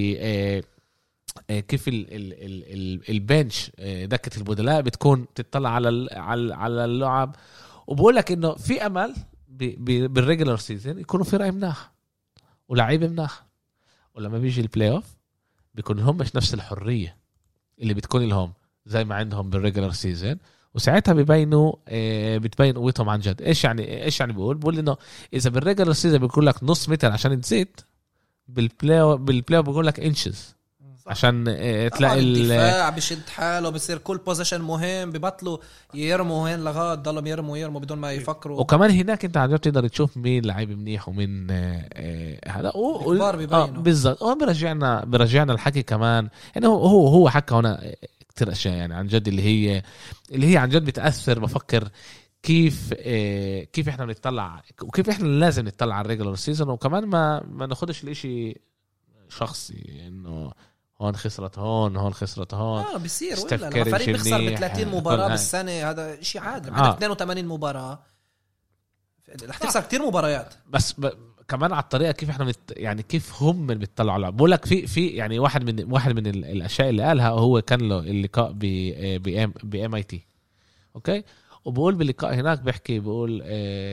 A: كيف البنش دكة البدلاء بتكون تطلع على اللعب. وبقول لك إنه في أمل بالريجولار سيزن يكونوا فرق مناح ولعيبة مناح، ولما بيجي البلاي اوف بيكون لهم مش نفس الحرية اللي بتكون لهم زي ما عندهم بالريجولار سيزن، وساعتها بتبين قوتهم عن جد. ايش يعني بقول انه اذا بالريجولار سيزن بيقول لك نص متر عشان تزيد، بالبلاي بيقول لك انشز عشان تلاقي
B: الدفاع بيشد حاله، بصير كل بوزيشن مهم، ببطلوا يرموا وين لغايه ضلوا يرموا بدون ما يفكروا.
A: وكمان هناك انت عم تقدر تشوف مين لعيب منيح ومين هذا بالضبط. برجعنا الحكي كمان انه هو حكى هنا كتير اشياء يعني عن جد اللي هي عن جد بتاثر. بفكر كيف احنا بنطلع وكيف احنا لازم نطلع على الريجولار سيزون، وكمان ما ناخدش الاشي شخصي انه هون خسرت هون خسرت هون.
B: بيصير ولا لما فريق بيخسر ب30 مباراة بالسنة هذا شيء عادي. عندك 82 مباراة رح تخسر كتير مباريات.
A: بس كمان على الطريقة كيف احنا يعني كيف هم اللي بيطلعوا على. بقول لك في يعني واحد من الاشياء اللي قالها هو كان له اللقاء ب MIT. اوكي وبقول باللقاء هناك بيقول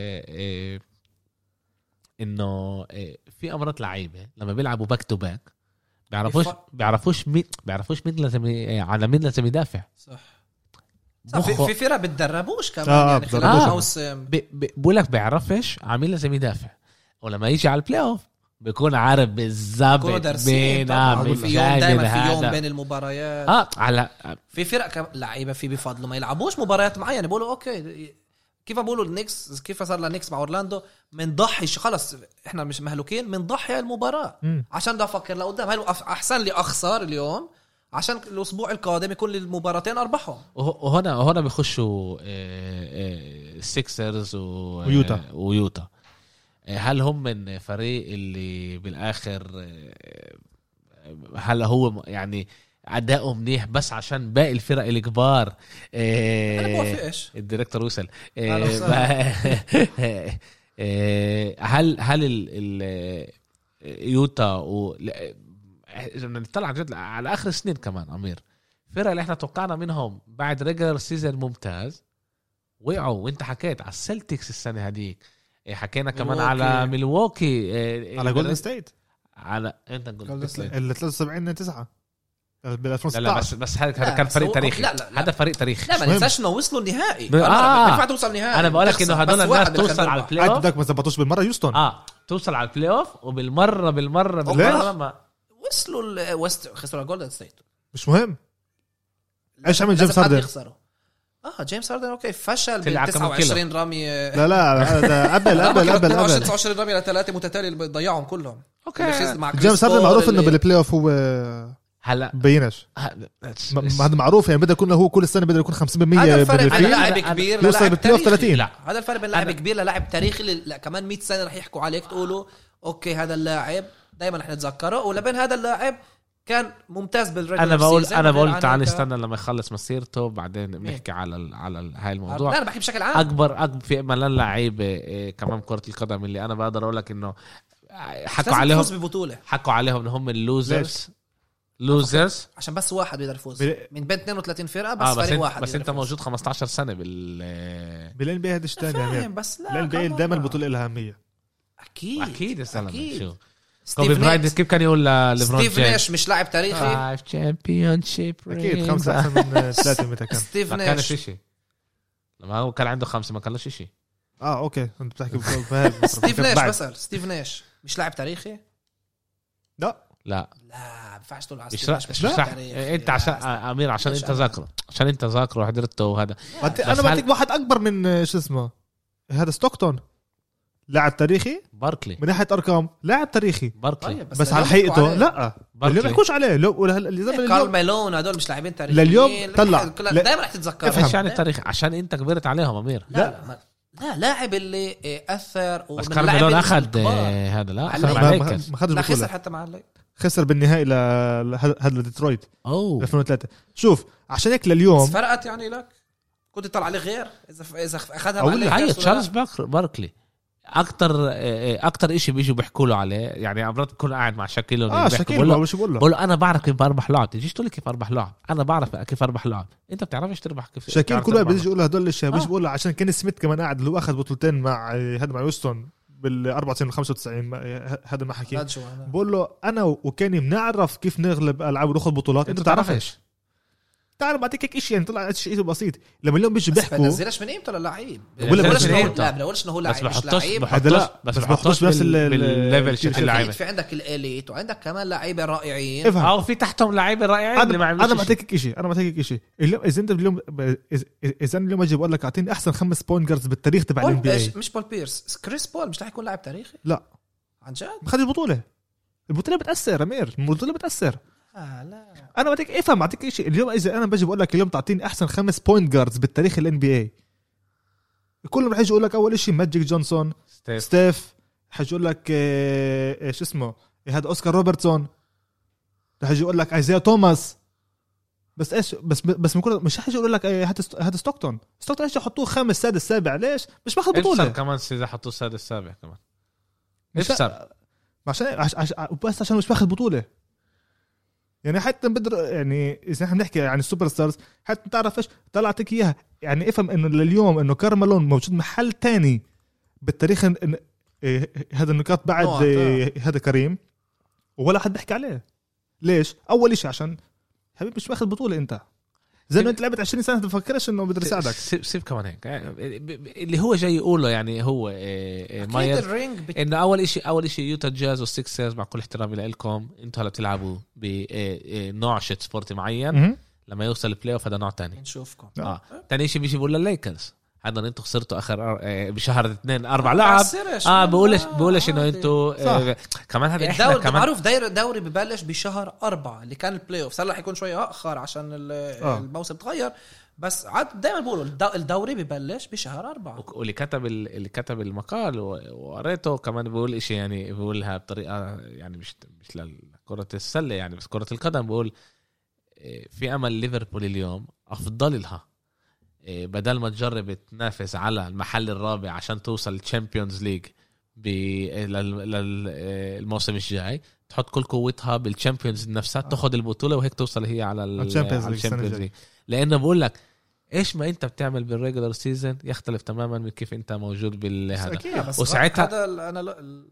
A: انه في امرات لعيبة لما بيلعبوا باك تو باك بيعرفوش مين لازم على مين لازم يدافع.
B: صح. في فرق بتدربوش كمان يعني خلال الموسم
A: بقول لك بيعرفش على مين لازم يدافع، ولما يجي على البلاي اوف بيكون عارف بالضبط بين
B: دائما في يوم بين المباريات.
A: على
B: في فرق لعيبه في بفضلوا ما يلعبوش مباريات معينه، بيقولوا اوكي كيف بقولوا النيكس كيف صار للنيكس مع اورلاندو من ضحي خلص احنا مش مهلوكين من ضحي المباراه عشان ده افكر لقدام هل احسن لي اخسر اليوم عشان الاسبوع القادم يكون المباراتين اربحهم.
A: وهنا بيخشوا السيكسرز ويوتا. هل هم من فريق اللي بالاخر هل هو يعني أداؤه منيح بس عشان باقي الفرق الكبار؟
B: انا بوافقش
A: الديريكتور وصل. هل يوتا إذا نطلع جد على آخر السنين كمان أمير فرق اللي احنا توقعنا منهم بعد ريجلر سيزن ممتاز وقعوا. وانت حكيت على السلتكس السنة هذيك، حكينا كمان على ميلواكي،
C: على جولدن ستيت،
A: على انت جولدن ستيت
C: ال 73-9 بال 2016.
A: لا بس هذا كان فريق تاريخي. هذا فريق تاريخي.
B: لا ما ننساش انه وصلوا النهائي. ما ينفع توصل نهائي.
A: انا بقول لك انه هذول الناس توصل على البلاي اوف.
C: بدك ما زبطوش بالمره يوستون.
A: توصل على البلاي اوف وبالمره ما
B: وصلوا الويست خسروا جولدن ستيت.
C: مش مهم ايش عمل جيمس هاردن.
B: جيمس هاردن اوكي فشل بال 29 رمي.
C: لا قبل
B: 29 رمي ل3 متتالي ضيعهم كلهم.
A: اوكي
C: جيمس هاردن معروف انه بالبلاي اوف هو
A: هلا
C: بينش هذا معروف يعني. بده يكون هو كل السنه بده يكون 50%
B: هذا الفرق بين لاعب كبير
C: للاعب تاريخي.
B: لا هذا الفرق بين لاعب كبير للاعب تاريخي لا كمان 100 سنه رح يحكوا عليك تقولوا اوكي هذا اللاعب دائما رح نتذكره، ولا بين هذا اللاعب كان ممتاز بالريجولر سيزون.
A: انا بقول تعال نستنى لما يخلص مسيرته بعدين بنحكي على هاي الموضوع.
B: لا انا بحكي بشكل عام.
A: اكبر في ملان لعيبه كمان كره القدم اللي انا بقدر اقول لك انه حكوا عليهم ببطوله، حكوا عليهم انهم اللوزرز
B: عشان بس واحد بيقدر يفوز من بين 32 فرقه بس فريق واحد.
A: بس انت موجود 15 سنه
C: بالان بي. هذا ثاني
B: بس لا
C: الان بي دائما البطوله لها اهميه.
A: اكيد شو كوبي براينت كيف كان يقول لليبرون
B: ستيف ناش مش لاعب تاريخي
A: 5 championship
C: اكيد 5 احسن من 3 متى كان
B: ستيف
A: ما كانش شيء لما هو كان عنده 5 ما كانش شيء.
C: اوكي انت بتحكي
B: ستيف ناش بسأل ستيف ناش مش لاعب تاريخي.
C: لا
B: ما ينفعش تقول على
A: ستيف ناش مش تاريخي. انت عشان امير عشان انت ذاكره وحضرته وهذا.
C: انا بعطيك واحد اكبر من شو اسمه هذا ستوكتون لاعب تاريخي.
A: باركلي
C: من ناحيه ارقام لاعب تاريخي
A: باركلي
C: بس على حقيقته لا اللي بيحكوش عليه
B: كارل ميلون هذول مش لاعبين تاريخيين
C: لليوم طلع
B: دائما رح تتذكر
A: ايش يعني التاريخ عشان انت كبرت عليهم امير.
B: لا لاعب اللي اثر
A: بس كارل ميلون اخذ هذا لا
C: ما
B: خسر حتى مع الليك
C: خسر بالنهائي لهذا ديترويت 2003. شوف عشان هيك لليوم
B: فرقت يعني لك كنت تطلع عليه غير اذا اخذها مع الليك.
A: هاي تشارلز باركلي اكتر اشي بيجوا بيحكوا له عليه. يعني عمرات بكون قاعد مع شاكيل بقول له انا بعرف كيف اربح لعب. تجيش تقول لي كيف اربح لعب. انا بعرف كيف اربح لعب. انت بتعرفش تربح كيف.
C: شاكيل كله بيجي يقول له هدول الاشياء مش بقول له عشان كين سميث كمان قاعد اللي هو اخذ بطولتين مع هذا مع يوستون بال 94 و 95 هذا ما حكي. بقول له انا وكاني بنعرف كيف نغلب العاب وناخذ بطولات. انت بتعرفش تعرف بعطيك هيك شيء يعني طلع شيء بسيط. لما اليوم بيجي بيحكوا
B: ما نزلش من قيمته للعيب
A: بقولش
B: انه هو لاعب مش لعيب.
C: بس بحطوش بس
A: الليفل شكل اللعيبه.
B: في عندك الاليت وعندك كمان لعيبه رائعين
A: او في تحتهم لعيبه رائعين اللي ما عملوش.
C: انا بعطيك شيء اليوم اذا انت اليوم اجي بقول لك اعطيني احسن 5 بوينت جاردز بالتاريخ تبع الان بي اي.
B: مش بول بيرس كريس بول مش رح يكون لاعب تاريخي.
C: لا
B: عن جد
C: خد البطوله بتاثر امير. البطوله بتاثر.
B: لا
C: انا بدك افهم اعطيك شيء اليوم اذا انا بجي بقول لك اليوم تعطيني احسن 5 بوينت جاردز بالتاريخ الان بي اي كلهم رح يجي يقول لك اول شيء ماجيك جونسون ستيف حيجي يقول لك ايش اسمه هذا اوسكار روبرتسون رح يجي يقول لك ايزايا توماس بس ايش بس مش حيجي يقول لك هذا ستوكتون ايش يحطوه 5 سادس سابع ليش مش باخذ بطوله
A: كمان اذا حطوه سادس سابع كمان
C: بس عشان مش باخذ بطوله. يعني حتى بدر يعني اذا احنا بنحكي عن السوبر ستارز حتى تعرف ايش طلعتك اياها. يعني افهم انه لليوم انه كارمالون موجود محل تاني بالتاريخ هذا النقاط بعد هذا كريم ولا حد بيحكي عليه. ليش؟ اول شيء عشان حبيبي مش واخد بطوله. انت زي ما انت لعبت 20 سنه تفكرش انه بقدر يساعدك.
A: سيب كمان هيك اللي هو جاي يقوله يعني هو ماير انه اول شيء يوتا جاز والسيكسرز مع كل احترامي لكم انتوا هلا بتلعبوا بنوع شيت سبورتي معين. لما يوصل البلاي اوف هذا نوع تاني
B: نشوفكم.
A: تاني شيء بيجي بيقول للليكرز هذا انتوا خسرتوا اخر بشهر 2 4 لعب بقولش انه انتوا كمان هذا احنا
B: الدوري
A: كمان
B: معروف الدوري ببلش بشهر 4 اللي كان البلاي اوف. صار رح يكون شوي اخر عشان الموسم تغير، بس عاد دائما بقولوا الدوري ببلش بشهر 4.
A: واللي كتب المقال وقريته كمان بيقول إشي، يعني بيقولها بطريقة يعني مش لكرة السلة يعني، بس كرة القدم. بيقول في أمل ليفربول اليوم أفضل لها بدل ما تجرب تنافس على المحل الرابع عشان توصل للتشامبيونز ليج للموسم الجاي، تحط كل قوتها بالتشامبيونز نفسها، تاخذ البطولة وهيك توصل هي على التشامبيونز ليج. لأنه بقول لك ايش ما انت بتعمل بالريجولر سيزون يختلف تماما من كيف انت موجود بالهذا.
B: وساعتها هذا انا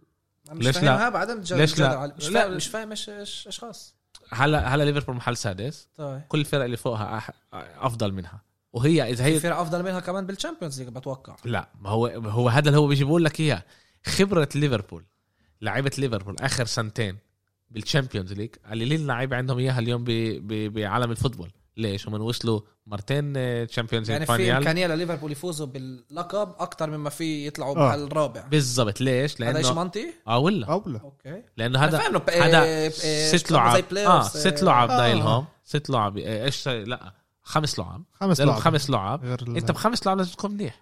B: مش فاهمها بعدين.
A: ليش لا
B: مش فاهم ايش خاص.
A: هلا ليفربول محل سادس.
B: طيب.
A: كل الفرق اللي فوقها افضل منها، وهي اذا هي
B: فرق افضل منها كمان بالتشامبيونز ليج بتوقع.
A: لا ما هو هذا اللي هو بيجي بقول لك اياه. خبره ليفربول، لعيبه ليفربول اخر سنتين بالتشامبيونز ليج قليلين لعيبه عندهم اياها اليوم بعالم الفوتبول. ليش؟ هم وصلوا مرتين تشامبيونز
B: يعني
A: ليج،
B: في امكانيه لليفربول يفوزوا باللقب اكتر مما في يطلعوا بالرابع
A: بالضبط. ليش؟ لانه
B: هذا شيء منطقي
A: ولا
B: اوكي،
A: لانه هذا 6 لعب 6 لعب دايلهم 6 لعب ايش لا 5 لعب 5 لعب انت ب5 لعب لازم تكون منيح.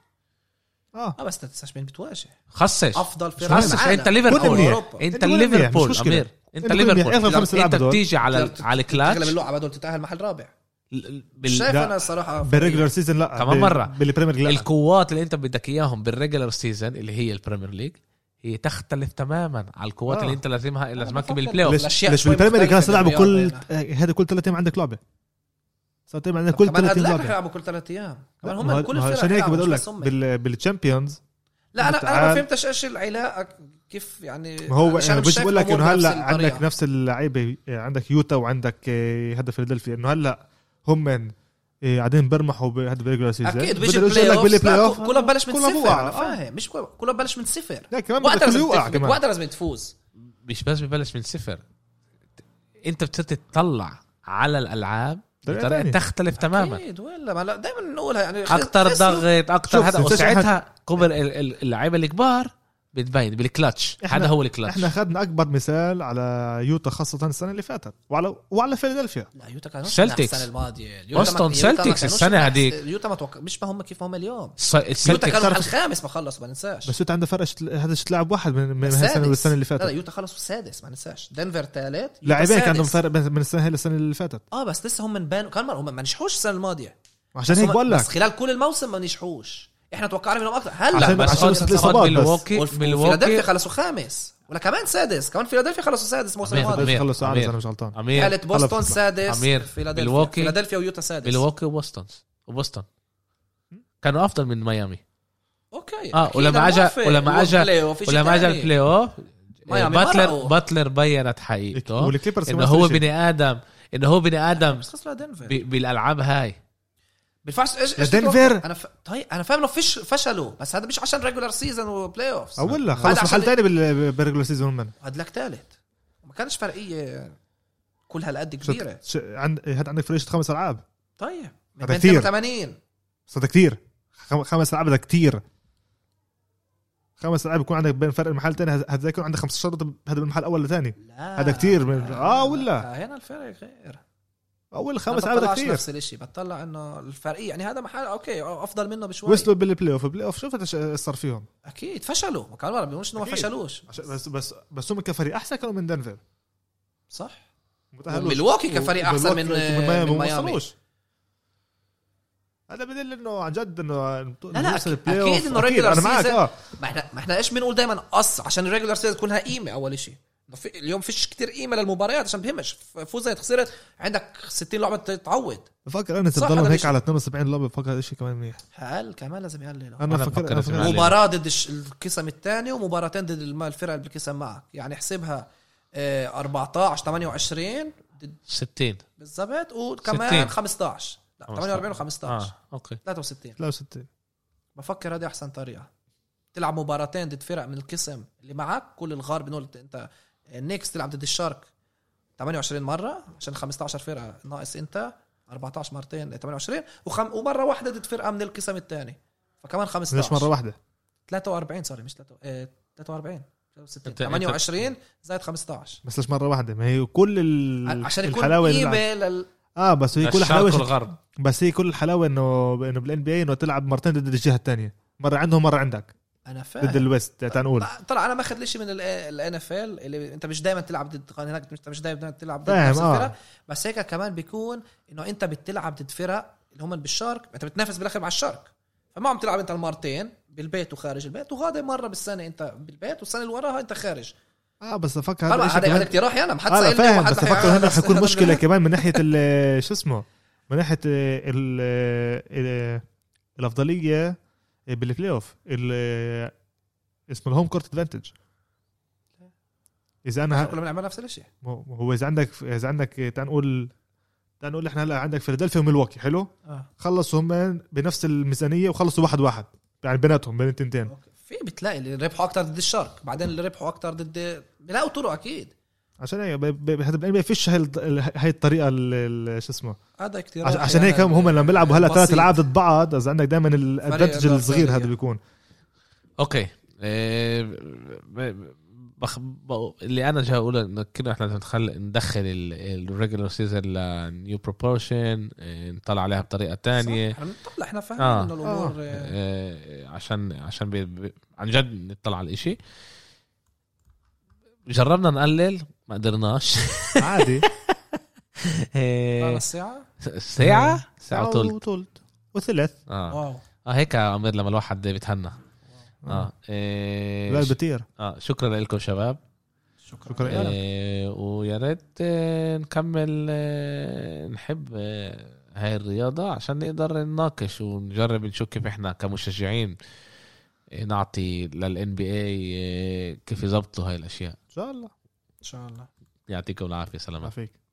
B: بس تنساش مين بتواجه.
A: خسش
B: افضل فرق
A: انت ليفربول انت ليفربول امير انت ليفربول انت بتيجي على الكلاش
B: تغلب اللعبه دول تتاهل محل رابع. شايف انا الصراحه
C: بالريجولر سيزون لا
A: كمان مره
C: بالبريمير ليج
A: القوات اللي انت بدك اياهم بالريجولر سيزون اللي هي البريمير ليج هي تختلف تماما على القوات اللي انت لازمك بالبلاي اوف.
C: ليش بالبريمير ليج كانوا يلعبوا كل هذا كل 3 ايام عندك لعبه. صارت عندك كل 3 ايام
B: يلعبوا كل 3 ايام كمان هم كل الفرق.
C: عشان هيك بدي اقول لك بالتشامبيونز
B: لا انا ما فهمتش ايش العلاقه كيف يعني.
C: هو مش بقول لك انه هلا عندك نفس اللعيبه، عندك يوتا وعندك هذا فيلادلفيا، انه هلا هم قاعدين برمحوا بهذا الريجولار سيزون.
B: اكيد بيجي بالبلاي اوف كله ببلش من صفر. انا فاهم مش كله ببلش من صفر. وقت لازم تفوز،
A: مش بس ببلش من صفر. انت بتطلع على الالعاب بطريقه تختلف تماما.
B: اكيد ولا دائما نقولها يعني
A: اكتر ضغط اكتر هذا، وساعتها كبر اللعيبه الكبار بتبين بالكلاتش. هذا هو الكلاتش.
C: احنا اخذنا اكبر مثال على يوتا خاصه السنه اللي فاتت وعلى فيلادلفيا.
B: لا يوتا كانوا
A: سلتكس
B: السنه الماضيه.
A: بوسطن سلتكس السنه هذيك.
B: يوتا ما توقع مش ما هم كيف هم اليوم. يوتا كانوا الخامس ما خلصوا ما ننساش.
C: بس يوتا عنده فرق هذا لاعب واحد من السنه والسنه اللي فاتت.
B: لا يوتا خلصوا السادس ما ننساش. دنفر ثالث
C: لاعبين كان عندهم فرق من السنه هي للسنه اللي فاتت.
B: بس لسه هم من بان كان هم ما نجحوش السنه الماضيه.
C: عشان هيك بقول لك
B: بس خلال كل الموسم ما نجحوش. احنا توقعنا منهم اكثر. هلا
A: بس
B: فيلادلفيا خلصوا خامس ولا كمان سادس. كمان فيلادلفيا خلصوا سادس الموسم الماضي.
C: خلصوا انا مش غلطان.
B: ثالث بوسطن سادس. فيلادلفيا ويوتا سادس.
A: ميلواكي وبوسطن كانوا افضل من ميامي.
B: اوكي
A: ولما اجى البلاي اوف باتلر بينت حقيقته انه هو بني ادم بالالعاب هاي.
B: بالفعل ايش
C: دنفر
B: انا فاهم انه فيش فشلوا، بس هذا مش عشان ريجولار سيزون وبلاي اوفز.
C: ولا خلص محل ثاني بالريجولار سيزون من
B: هاد لك ثالث وما كانش فرقيه كل هالقد كبيره.
C: هاد عندك فريش 5 ألعاب.
B: طيب
C: هذا كثير
B: 80
C: صدق كثير. 5 ألعاب هذا كثير. 5 ألعاب يكون عندك بين فرق المحل ثاني هذا يكون عندك 15 نقطه هذا بالمحل الاول لثاني. هذا كثير من ولا
B: هنا الفرق غير.
C: اول 5 ألعاب كثير.
B: نفس الشيء بطلع انه الفرقيه يعني هذا محل اوكي افضل منه بشوي.
C: وصلوا بالبلاي اوف شوف ايش صار فيهم.
B: اكيد فشلوا ما كانوا مش انه ما فشلوش
C: بس هم كفريق احسن كانوا من دنفر
B: صح. ميلواكي كفريق احسن من ميامي.
C: هذا بدل انه عن جد انه
B: لا اكيد انه ريجولار سيزون. ما احنا ايش بنقول دائما عشان الريجولار سيزون تكون لها قيمه. اول شيء اليوم فيش كتير قيمه للمباريات عشان بهمش فوزت خسرت عندك 60 لعبه تتعود.
C: بفكر انا تضلهم هيك على 72 لعبه. بفكر هذا الشيء كمان منيح.
B: هل كمان لازم يقللوا.
C: انا بفكر
B: مباراه ضد القسم الثاني ومباراتين ضد الفرق اللي بالقسم معك يعني احسبها 14 28 ضد
A: 60
B: بالضبط وكمان 15 لا 48 و15
A: اوكي
B: 63 بفكر هذه احسن طريقه تلعب مباراتين ضد فرق من القسم اللي معك. كل الغار بنقول انت نيكس تلعب ضد الشارك 28 مرة عشان 15 فرقة ناقص انت 14 مرتين 28 ومرة واحدة ضد فرقة من القسم الثاني فكمان 15
C: ليش مرة واحدة
B: 43 صار مش 43 28 زائد 15
C: بس ليش مرة واحدة؟ ما هي كل
B: عشان يكون
C: الحلاوة
B: قيمة
C: بس هي كل حلاوة
A: الغرب.
C: بس هي كل الحلاوة انه بالان بي اي انه تلعب مرتين ضد الجهة الثانية، مرة عندهم مرة عندك.
B: انا فاهم
C: ضد الويست تنقول
B: طلع انا ما اخذ ليش من الان اف ال اللي انت مش دائما تلعب ضد هناك، انت مش دائما تلعب ضد نفس الفرق. بس هيك كمان بيكون انه انت بتلعب ضد فرق اللي هم بالشرق، انت بتنافس بالاخر مع الشرق، فما عم تلعب انت المرتين بالبيت وخارج البيت، وهذا مرة بالسنة انت بالبيت والسنة اللي وراها انت خارج.
C: بس افكر
B: هذا اقتراحي انا، ما حد سألني
C: فاهم. بس افكر هنا حيكون مشكلة كمان من ناحية شو اسمه، من ناحية الافضلية بالبلاي اوف اسمه الهوم كورت ادفانتج. اذا انا
B: كلنا بنعمل نفس الشيء.
C: هو اذا عندك تنقول احنا هلا عندك فيلادلفيا وميلواكي حلو خلصوا هم بنفس الميزانيه وخلصوا 1-1 يعني بيناتهم بين التنتين.
B: في بتلاقي اللي ربحوا اكتر ضد الشرق، بعدين اللي ربحوا اكتر ضد بلاقوا طرق اكيد.
C: عشان هيك هذا ما فيش هاي الطريقه شو اسمه
B: هذا كتير.
C: عشان هيك هم لما بيلعبوا هلا 3 العاب ضد بعض، اذا عندك دائما الادفانتج الصغير هذا بيكون
A: اوكي. اللي انا جاي اقول انه كنا احنا ندخل الريجولار سيزون لنيو بروبورشن، نطلع عليها بطريقه تانية.
B: نطلع احنا فاهمين انه الامور
A: عشان عن جد نطلع على الاشي. جربنا نقلل ما قدرناش.
C: عادي.
A: ساعة
C: وثلث وثلث.
B: واو.
A: هيك عمر لما الواحد بيتهنى.
C: لا بتير.
A: شكرا لكم شباب.
C: شكرا.
A: ويا ريت نكمل نحب هاي الرياضة عشان نقدر نناقش ونجرب نشوف كيف احنا كمشجعين نعطي للان بي اي كيف يضبطوا هاي الاشياء.
C: ان شاء الله.
B: ان شاء الله.
A: يعطيكم العافية. سلام.